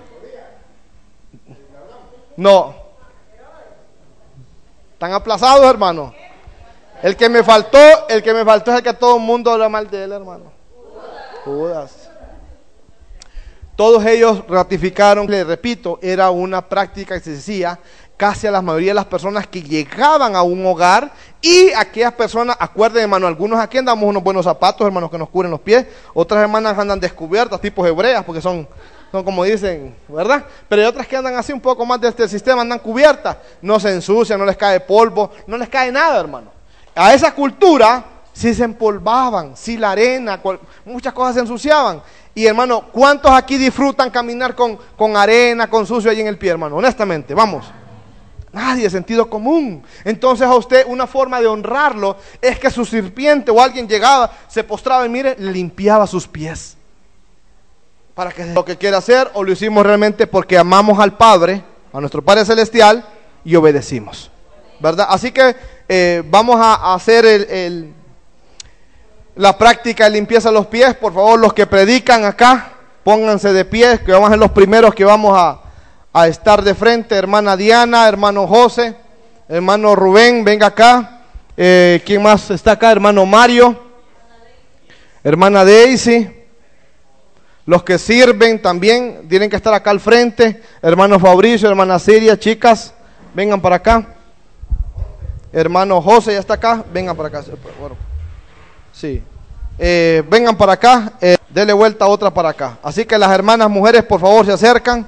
No. Están aplazados, hermano. El que me faltó es el que todo el mundo habla mal de él, hermano. Judas. Todos ellos ratificaron, les repito, era una práctica que se hacía casi a la mayoría de las personas que llegaban a un hogar, y aquellas personas, acuérdense, hermano, algunos aquí andamos unos buenos zapatos, hermanos, que nos cubren los pies, otras hermanas andan descubiertas, tipos hebreas, porque son como dicen, ¿verdad? Pero hay otras que andan así un poco más de este sistema, andan cubiertas, no se ensucian, no les cae polvo, no les cae nada, hermano. A esa cultura si se empolvaban, si la arena, muchas cosas se ensuciaban. Y hermano, ¿cuántos aquí disfrutan caminar con arena, con sucio ahí en el pie, hermano? Honestamente, vamos. Nadie, sentido común. Entonces a usted una forma de honrarlo es que su sirviente o alguien llegaba, se postraba y mire, le limpiaba sus pies. Para que lo que quiera hacer, o lo hicimos realmente porque amamos al Padre, a nuestro Padre Celestial, y obedecimos, ¿verdad? Así que vamos a hacer la práctica de limpieza de los pies. Por favor, los que predican acá, pónganse de pie, que vamos a ser los primeros que vamos a estar de frente. Hermana Diana, hermano José, hermano Rubén, venga acá. ¿Quién más está acá? Hermano Mario, hermana Daisy. Los que sirven también tienen que estar acá al frente. Hermano Fabricio, hermana Siria, chicas, vengan para acá. Hermano José, ya está acá, vengan para acá. Bueno, sí. Vengan para acá, dele vuelta otra para acá. Así que las hermanas mujeres, por favor, se acercan.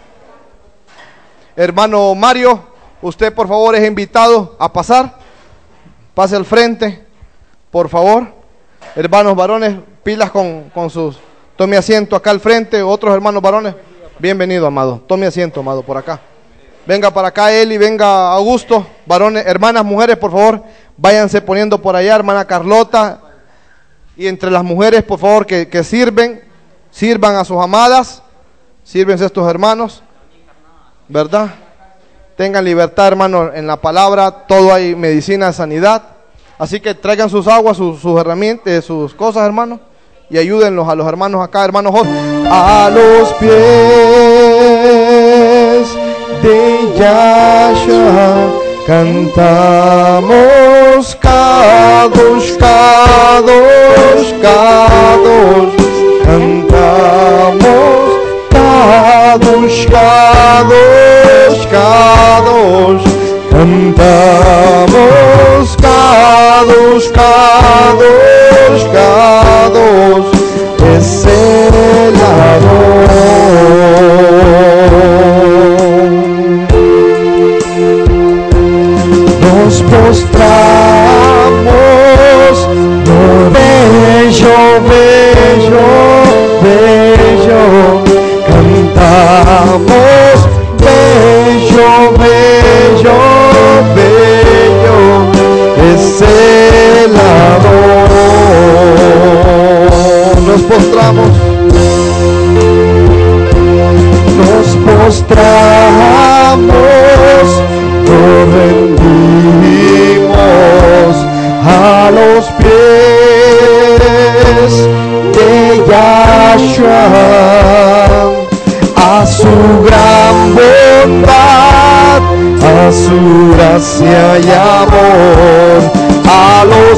Hermano Mario, usted por favor es invitado a pasar. Pase al frente, por favor. Hermanos varones, pilas con sus... Tome asiento acá al frente. Otros hermanos varones, bienvenido, amado. Tome asiento, amado, por acá. Venga para acá Eli, venga Augusto. Varones, hermanas mujeres, por favor, váyanse poniendo por allá. Hermana Carlota. Y entre las mujeres, por favor, que sirvan a sus amadas. Sírvense a estos hermanos, ¿verdad? Tengan libertad, hermano, en la palabra. Todo hay medicina, sanidad. Así que traigan sus aguas, sus herramientas, sus cosas, hermano, y ayúdenlos a los hermanos acá, hermanos. A los pies de Yahshua cantamos Kadosh, Kadosh, Kadosh. Cantamos Kadosh, Kadosh, Kadosh. Cantamos Kadosh, Kadosh, Kadosh. Es el Adón. Nos postramos, bello, bello, bello. Cantamos bello, bello, bello. Es el Adón. Nos postramos, nos rendimos a los pies de Yahshua, a su gran bondad, a su gracia y amor, a los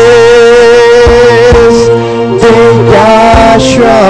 pies de Yahshua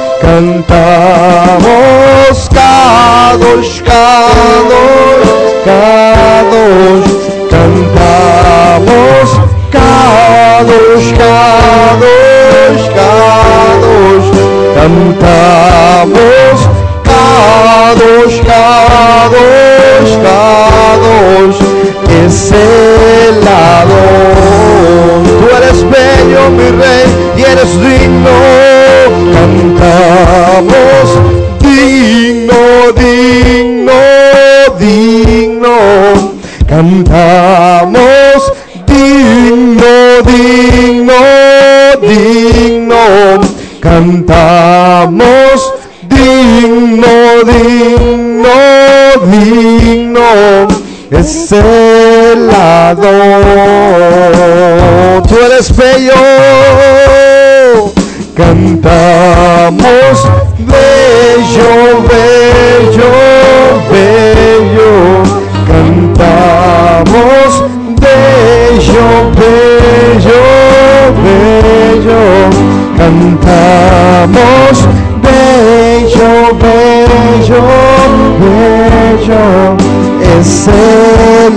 cantamos Kadosh, Kadosh, Kadosh. Cantamos Kadosh, Kadosh, Kadosh. Cantamos Kadosh, Kadosh, Kadosh. Es el Adón. Tú eres bello, mi rey, y eres digno. Cantamos digno, digno, digno. Cantamos digno, digno, digno. Cantamos digno, digno, digno. Es el Adón. Tú eres bello. Cantamos bello, bello, bello. Cantamos bello, bello, bello. Cantamos bello, bello, bello. Es el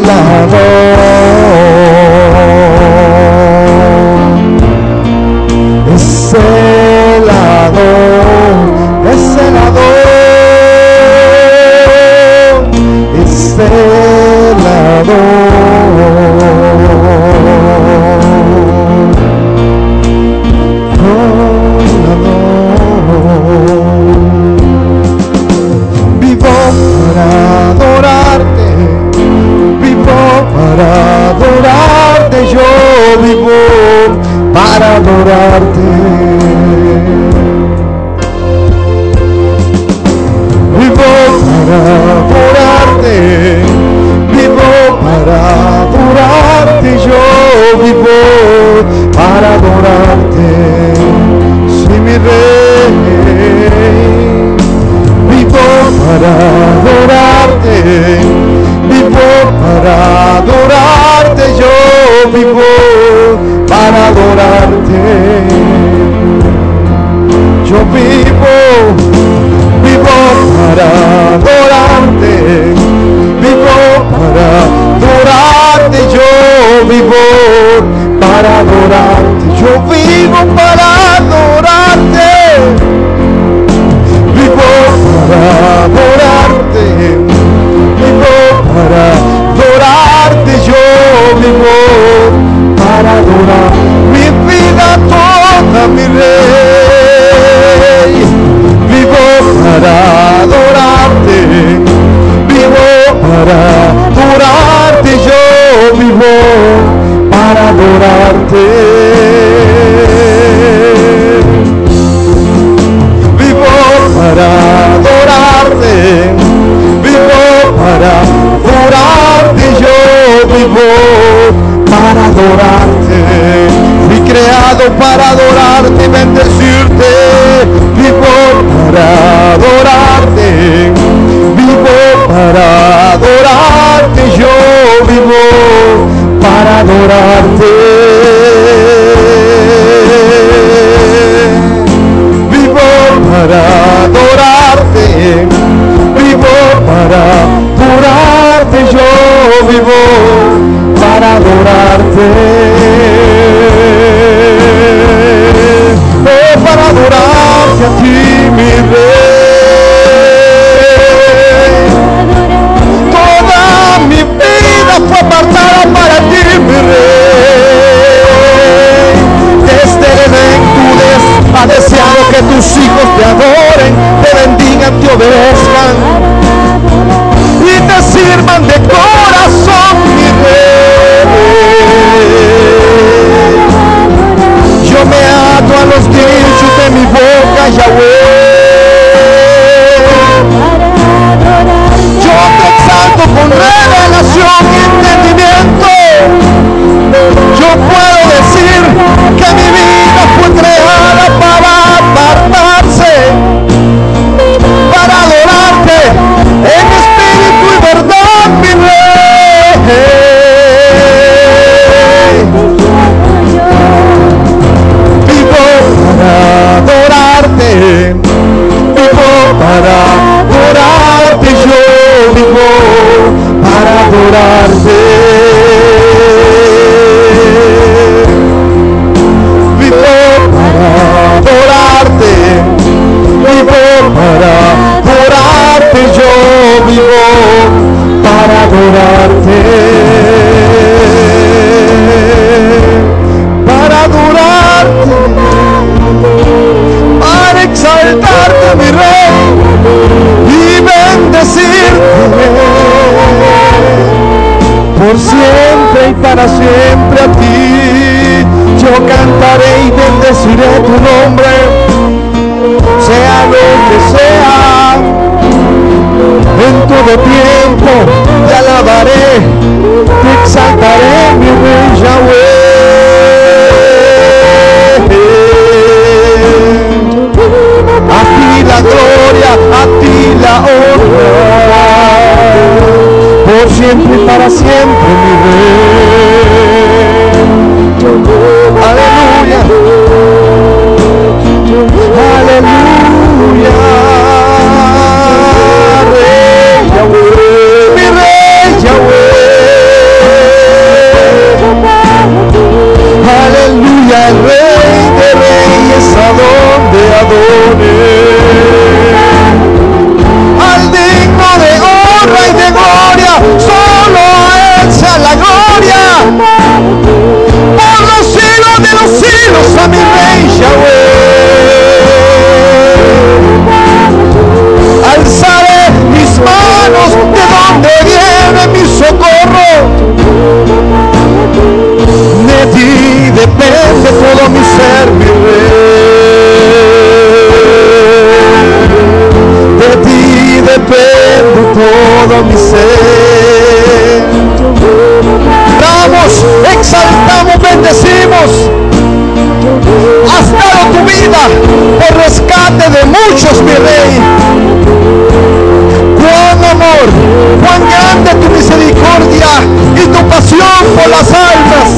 Adón. Es el Adón, es el Adón, es el Adón. adorarte. Vivo para adorarte, vivo para adorarte, yo vivo para adorarte, sí mi rey. Vivo para adorarte, vivo para adorarte, yo vivo para adorarte. Yo vivo para adorarte, vivo para adorarte, yo vivo para adorarte, yo vivo para adorarte, vivo para adorarte, vivo para adorarte, yo vivo para adorar mi vida toda, mi rey. Vivo para adorarte, vivo para adorarte, yo vivo para adorarte. Vivo para adorarte, vivo para adorarte, yo vivo para adorarte. Fui creado para adorarte y bendecirte. Vivo para adorarte, vivo para adorarte, yo vivo para adorarte. Vivo para adorarte, vivo para adorarte, yo vivo para adorarte. Para adorarte a ti, mi rey. Toda mi vida fue apartada para ti, mi rey. Desde el Edén tú has deseado que tus hijos te adoren, te bendigan, te obedezcan y te sirvan de corazón, mi rey. Yo me ato a los dichos de mi boca, Yahweh. Yo te exalto con revelación y entendimiento. Yo puedo decir que mi vida fue creada para apartarse, para adorarte en espíritu y verdad, mi rey. Adorarte, vivo para adorarte, yo vivo para adorarte. Vivo para adorarte, vivo para adorarte, yo vivo para adorarte. Para adorarte, para exaltarte, mi rey, y bendecirte por siempre y para siempre a ti. Yo cantaré y bendeciré tu nombre, sea lo que sea, en todo tiempo te alabaré, te exaltaré, mi rey Yahweh. A ti la gloria, a ti la honra, por siempre y para siempre, mi rey. Aleluya, aleluya, rey Yahweh, mi rey Yahweh. Aleluya, el rey de reyes, a donde adore. Al digno de honra y de gloria, solo a él sea la gloria. Por los siglos de los siglos, a mi rey Yahweh. Alzaré mis manos de donde viene mi socorro. De ti depende todo mi ser, mi todo mi ser. Damos, exaltamos, bendecimos. Has dado tu vida por rescate de muchos, mi Rey. Cuán amor, cuán grande tu misericordia y tu pasión por las almas.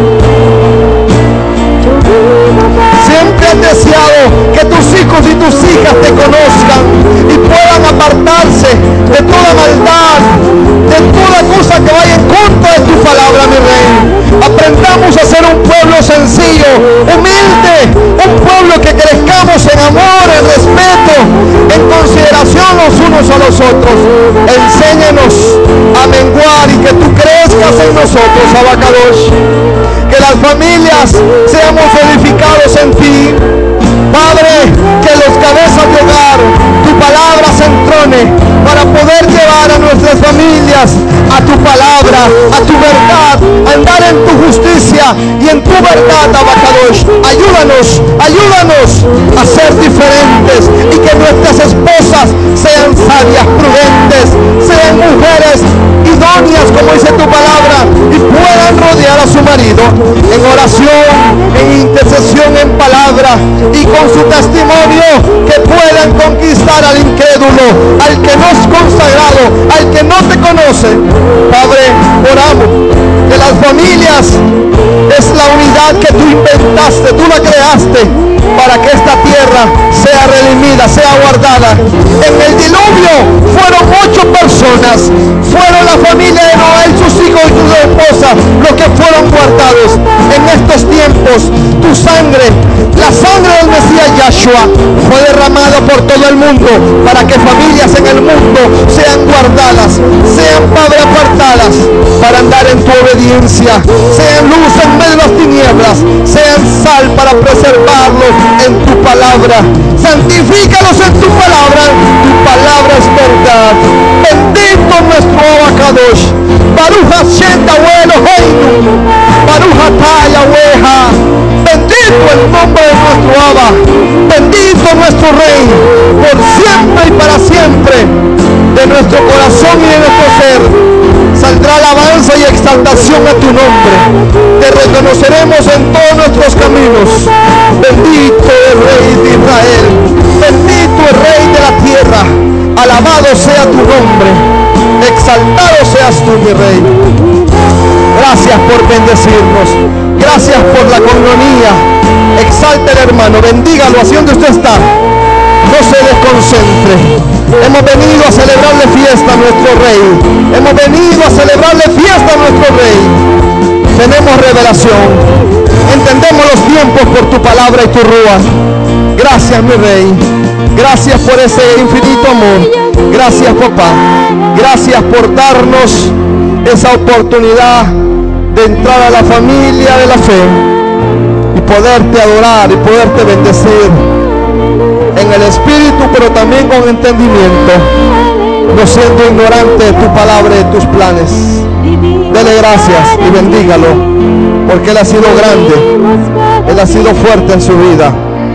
Siempre has deseado que tus hijos y tus hijas te conozcan y puedan apartarse de toda maldad, de toda cosa que vaya en contra de tu palabra, mi Rey. Aprendamos a ser un pueblo sencillo, humilde, un pueblo que crezcamos en amor, en respeto, en consideración los unos a los otros. Enséñanos a menguar y que tú crezcas en nosotros, Abacadosh. Que las familias seamos edificados en ti. Padre, que los cabezas de hogar, tu palabra se entrone para poder llevar a nuestras familias a tu palabra, a tu verdad, a andar en tu justicia y en tu verdad, Abacadosh. Ayúdanos, ayúdanos a ser diferentes y que nuestras esposas sean sabias, prudentes, sean mujeres idóneas, como dice tu palabra, y puedan rodear a su marido en oración, en intercesión, en palabra, y con su testimonio que puedan conquistar al incrédulo, al que no es consagrado, al que no te conoce. Padre, oramos que las familias es la unidad que tú inventaste, tú la creaste para que esta tierra sea redimida, sea guardada. En el diluvio fueron 8 personas, fueron la familia de Noé, sus hijos y sus esposas los que fueron guardados. En estos tiempos tu sangre, la sangre del Mesías Yahshua, fue derramada por todo el mundo para que familias en el mundo sean guardadas, sean, Padre, apartadas para andar en tu obediencia, sean luz en medio de las tinieblas, sean sal para preservarlos en tu palabra. Santifícalos en tu palabra es verdad. Bendito nuestro Abacadosh. Baruch Hashem Abuelo Heinu, Baruch Atah Yahweh. Bendito el nombre de nuestro Abba, bendito nuestro Rey, por siempre y para siempre. De nuestro corazón y de nuestro ser saldrá alabanza y exaltación a tu nombre. Te reconoceremos en todos nuestros caminos. Bendito el Rey de Israel, bendito el Rey de la tierra. Alabado sea tu nombre, exaltado seas tú, mi Rey. Gracias por bendecirnos, gracias por la comunión. Exalte el hermano, bendígalo así donde usted está. No se desconcentre. Hemos venido a celebrarle fiesta a nuestro Rey. Hemos venido a celebrarle fiesta a nuestro Rey. Tenemos revelación. Entendemos los tiempos por tu palabra y tu rúa. Gracias, mi Rey. Gracias por ese infinito amor. Gracias, papá. Gracias por darnos esa oportunidad de entrar a la familia de la fe y poderte adorar y poderte bendecir en el espíritu, pero también con entendimiento, no siendo ignorante de tu palabra y de tus planes. Dele gracias y bendígalo, porque Él ha sido grande, Él ha sido fuerte en su vida.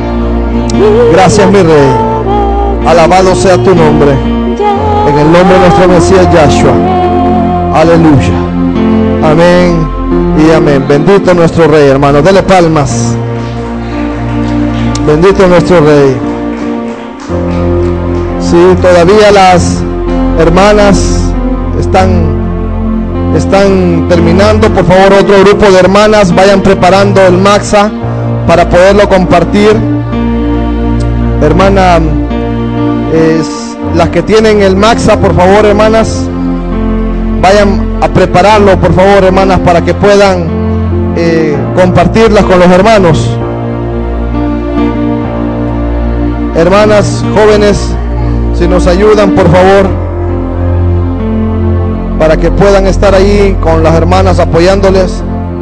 Gracias, mi Rey. Alabado sea tu nombre, en el nombre de nuestro Mesías Yahshua. Aleluya. Amén y amén. Bendito nuestro Rey, hermano. Dele palmas. Bendito nuestro Rey. Sí, todavía las hermanas están terminando. Por favor, otro grupo de hermanas vayan preparando el maxa para poderlo compartir. Hermana, las que tienen el maxa, por favor, hermanas, vayan a prepararlo, por favor, hermanas, para que puedan compartirlas con los hermanos. Hermanas, jóvenes, si nos ayudan, por favor, para que puedan estar ahí con las hermanas apoyándoles.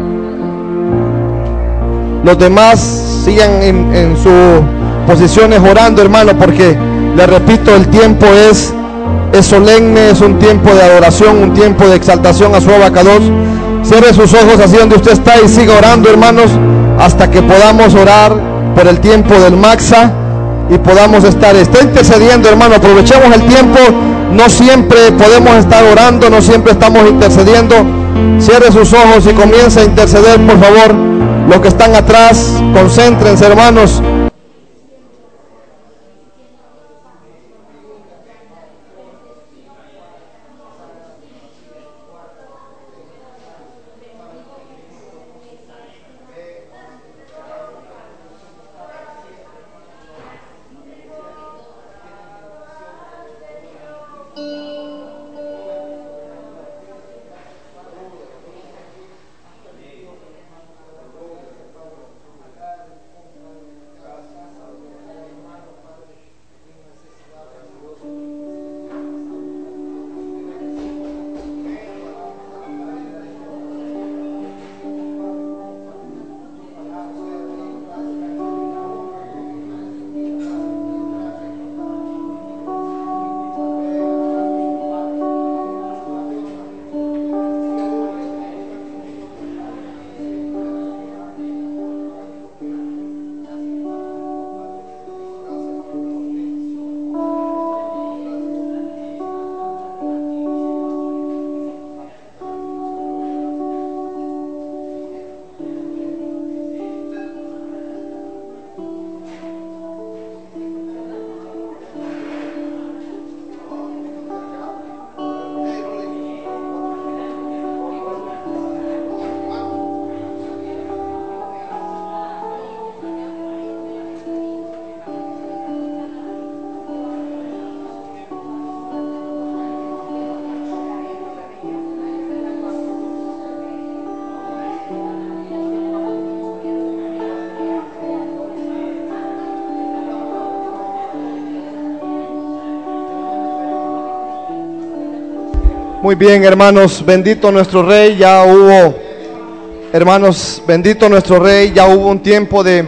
Los demás sigan en sus posiciones orando, hermano, porque les repito, el tiempo es solemne, es un tiempo de adoración, un tiempo de exaltación a su Abacadosh. Cierre sus ojos así donde usted está y siga orando, hermanos, hasta que podamos orar por el tiempo del maxa y podamos estar intercediendo, hermano. Aprovechemos el tiempo No siempre podemos estar orando, no siempre estamos intercediendo. Cierre sus ojos y comience a interceder, por favor. Los que están atrás, concéntrense, hermanos. Muy bien, hermanos, bendito nuestro Rey. Ya hubo, hermanos, bendito nuestro Rey, ya hubo un tiempo de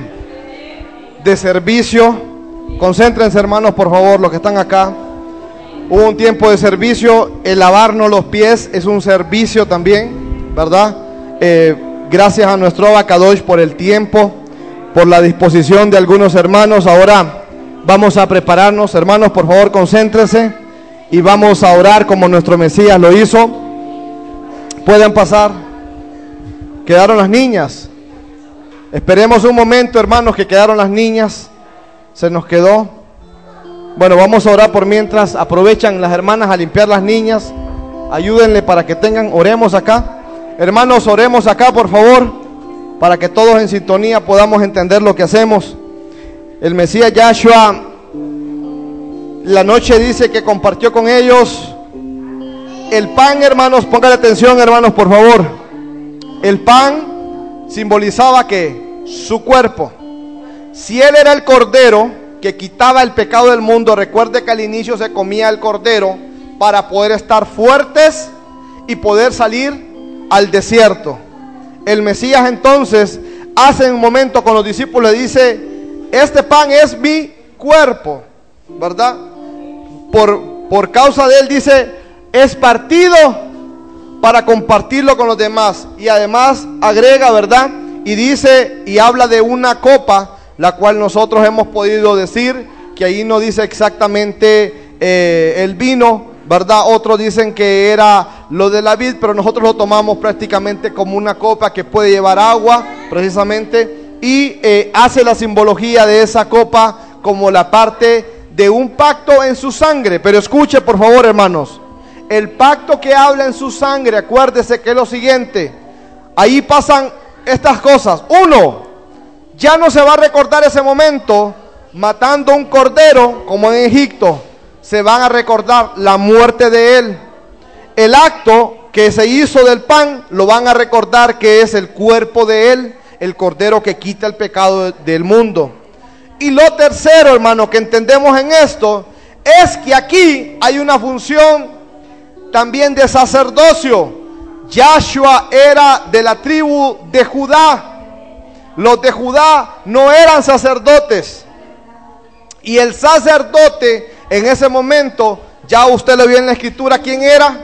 servicio. Concéntrense, hermanos, por favor, los que están acá. Hubo un tiempo de servicio. El lavarnos los pies es un servicio también, ¿verdad? Gracias a nuestro Abacadosh por el tiempo, por la disposición de algunos hermanos. Ahora vamos a prepararnos, hermanos, por favor, concéntrense. Y vamos a orar como nuestro Mesías lo hizo. Pueden pasar. Quedaron las niñas. Esperemos un momento, hermanos, que quedaron las niñas. Se nos quedó. Bueno, vamos a orar por mientras. Aprovechan las hermanas a limpiar las niñas. Ayúdenle para que tengan. Oremos acá. Hermanos, oremos acá, por favor, para que todos en sintonía podamos entender lo que hacemos. El Mesías Yahshua, la noche dice que compartió con ellos el pan, hermanos. Pónganle atención, hermanos, por favor. El pan simbolizaba que su cuerpo. Si él era el cordero que quitaba el pecado del mundo, recuerde que al inicio se comía el cordero para poder estar fuertes y poder salir al desierto. El Mesías entonces hace un momento con los discípulos, le dice: este pan es mi cuerpo, ¿verdad? Por causa de él, dice, es partido para compartirlo con los demás. Y además agrega, ¿verdad? Y dice, y habla de una copa, la cual nosotros hemos podido decir que ahí no dice exactamente el vino, ¿verdad? Otros dicen que era lo de la vid, pero nosotros lo tomamos prácticamente como una copa que puede llevar agua, precisamente. Y hace la simbología de esa copa como la parte de un pacto en su sangre. Pero escuche, por favor, hermanos, el pacto que habla en su sangre, acuérdese que es lo siguiente. Ahí pasan estas cosas. Uno, ya no se va a recordar ese momento matando un cordero como en Egipto. Se van a recordar la muerte de él. El acto que se hizo del pan lo van a recordar que es el cuerpo de él, el cordero que quita el pecado del mundo. Y lo tercero, hermano, que entendemos en esto es que aquí hay una función también de sacerdocio. Yahshua era de la tribu de Judá. Los de Judá no eran sacerdotes. Y el sacerdote en ese momento, ya usted lo vio en la escritura, ¿quién era?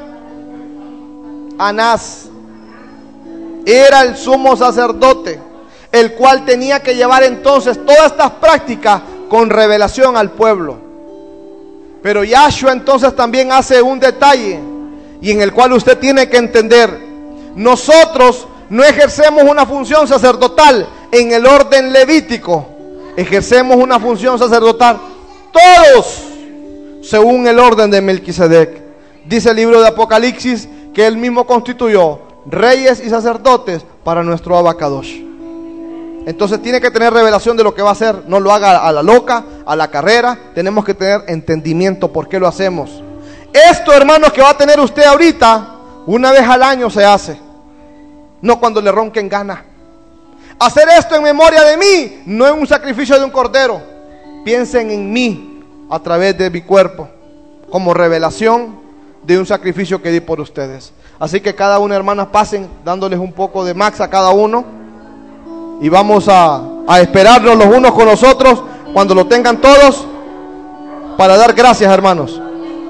Anás. Era el sumo sacerdote, el cual tenía que llevar entonces todas estas prácticas con revelación al pueblo. Pero Yahshua entonces también hace un detalle, y en el cual usted tiene que entender: nosotros no ejercemos una función sacerdotal en el orden levítico, ejercemos una función sacerdotal todos según el orden de Melquisedec. Dice el libro de Apocalipsis que él mismo constituyó reyes y sacerdotes para nuestro Abacadosh. Entonces tiene que tener revelación de lo que va a hacer. No lo haga a la loca, a la carrera. Tenemos que tener entendimiento por qué lo hacemos. Esto, hermanos, que va a tener usted ahorita, una vez al año se hace, no cuando le ronquen ganas. Hacer esto en memoria de mí, no es un sacrificio de un cordero. Piensen en mí a través de mi cuerpo, como revelación de un sacrificio que di por ustedes. Así que cada una, hermanas, pasen dándoles un poco de max a cada uno, y vamos a esperarnos los unos con los otros cuando lo tengan todos, para dar gracias, hermanos.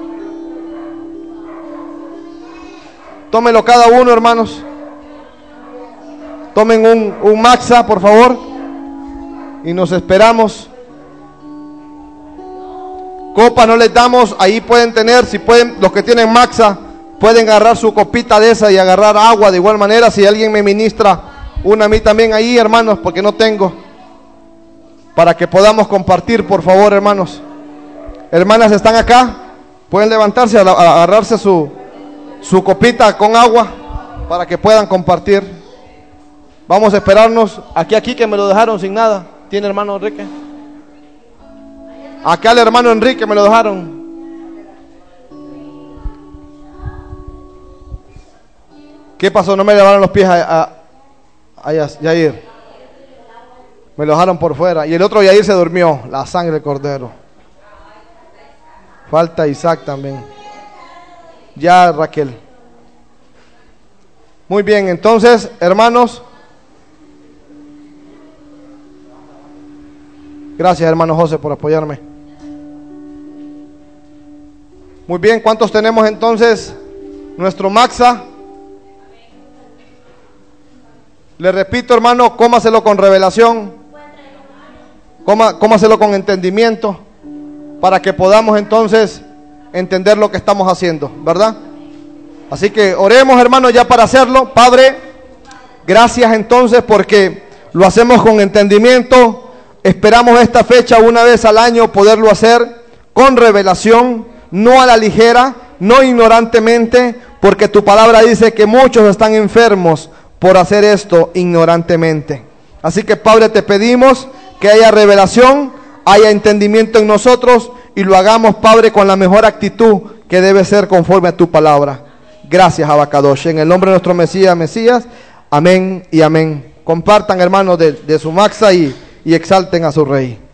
Tómenlo cada uno, hermanos. Tomen un maxa, por favor, y nos esperamos. Copa no les damos, ahí pueden tener, si pueden, los que tienen maxa, pueden agarrar su copita de esa y agarrar agua de igual manera. Si alguien me ministra una a mí también ahí, hermanos, porque no tengo, para que podamos compartir, por favor, hermanos. Hermanas, ¿están acá? Pueden levantarse, a agarrarse su copita con agua para que puedan compartir. Vamos a esperarnos. Aquí que me lo dejaron sin nada. ¿Tiene hermano Enrique? Acá el hermano Enrique me lo dejaron. ¿Qué pasó? No me llevaron los pies a Yair. Me lo dejaron por fuera. Y el otro Yair se durmió. La sangre del cordero. Falta Isaac también. Ya Raquel. Muy bien, entonces, hermanos. Gracias, hermano José, por apoyarme. Muy bien, ¿cuántos tenemos entonces nuestro maxa? Le repito, hermano, cómaselo con revelación, cómaselo con entendimiento, para que podamos entonces entender lo que estamos haciendo, ¿verdad? Así que oremos, hermanos, ya para hacerlo. Padre, gracias entonces porque lo hacemos con entendimiento. Esperamos esta fecha una vez al año poderlo hacer con revelación, no a la ligera, no ignorantemente, porque tu palabra dice que muchos están enfermos por hacer esto ignorantemente. Así que, Padre, te pedimos que haya revelación, haya entendimiento en nosotros, y lo hagamos, Padre, con la mejor actitud que debe ser conforme a tu palabra. Gracias, Abacadosh. En el nombre de nuestro Mesías, amén y amén. Compartan, hermanos, de su maxa y exalten a su Rey.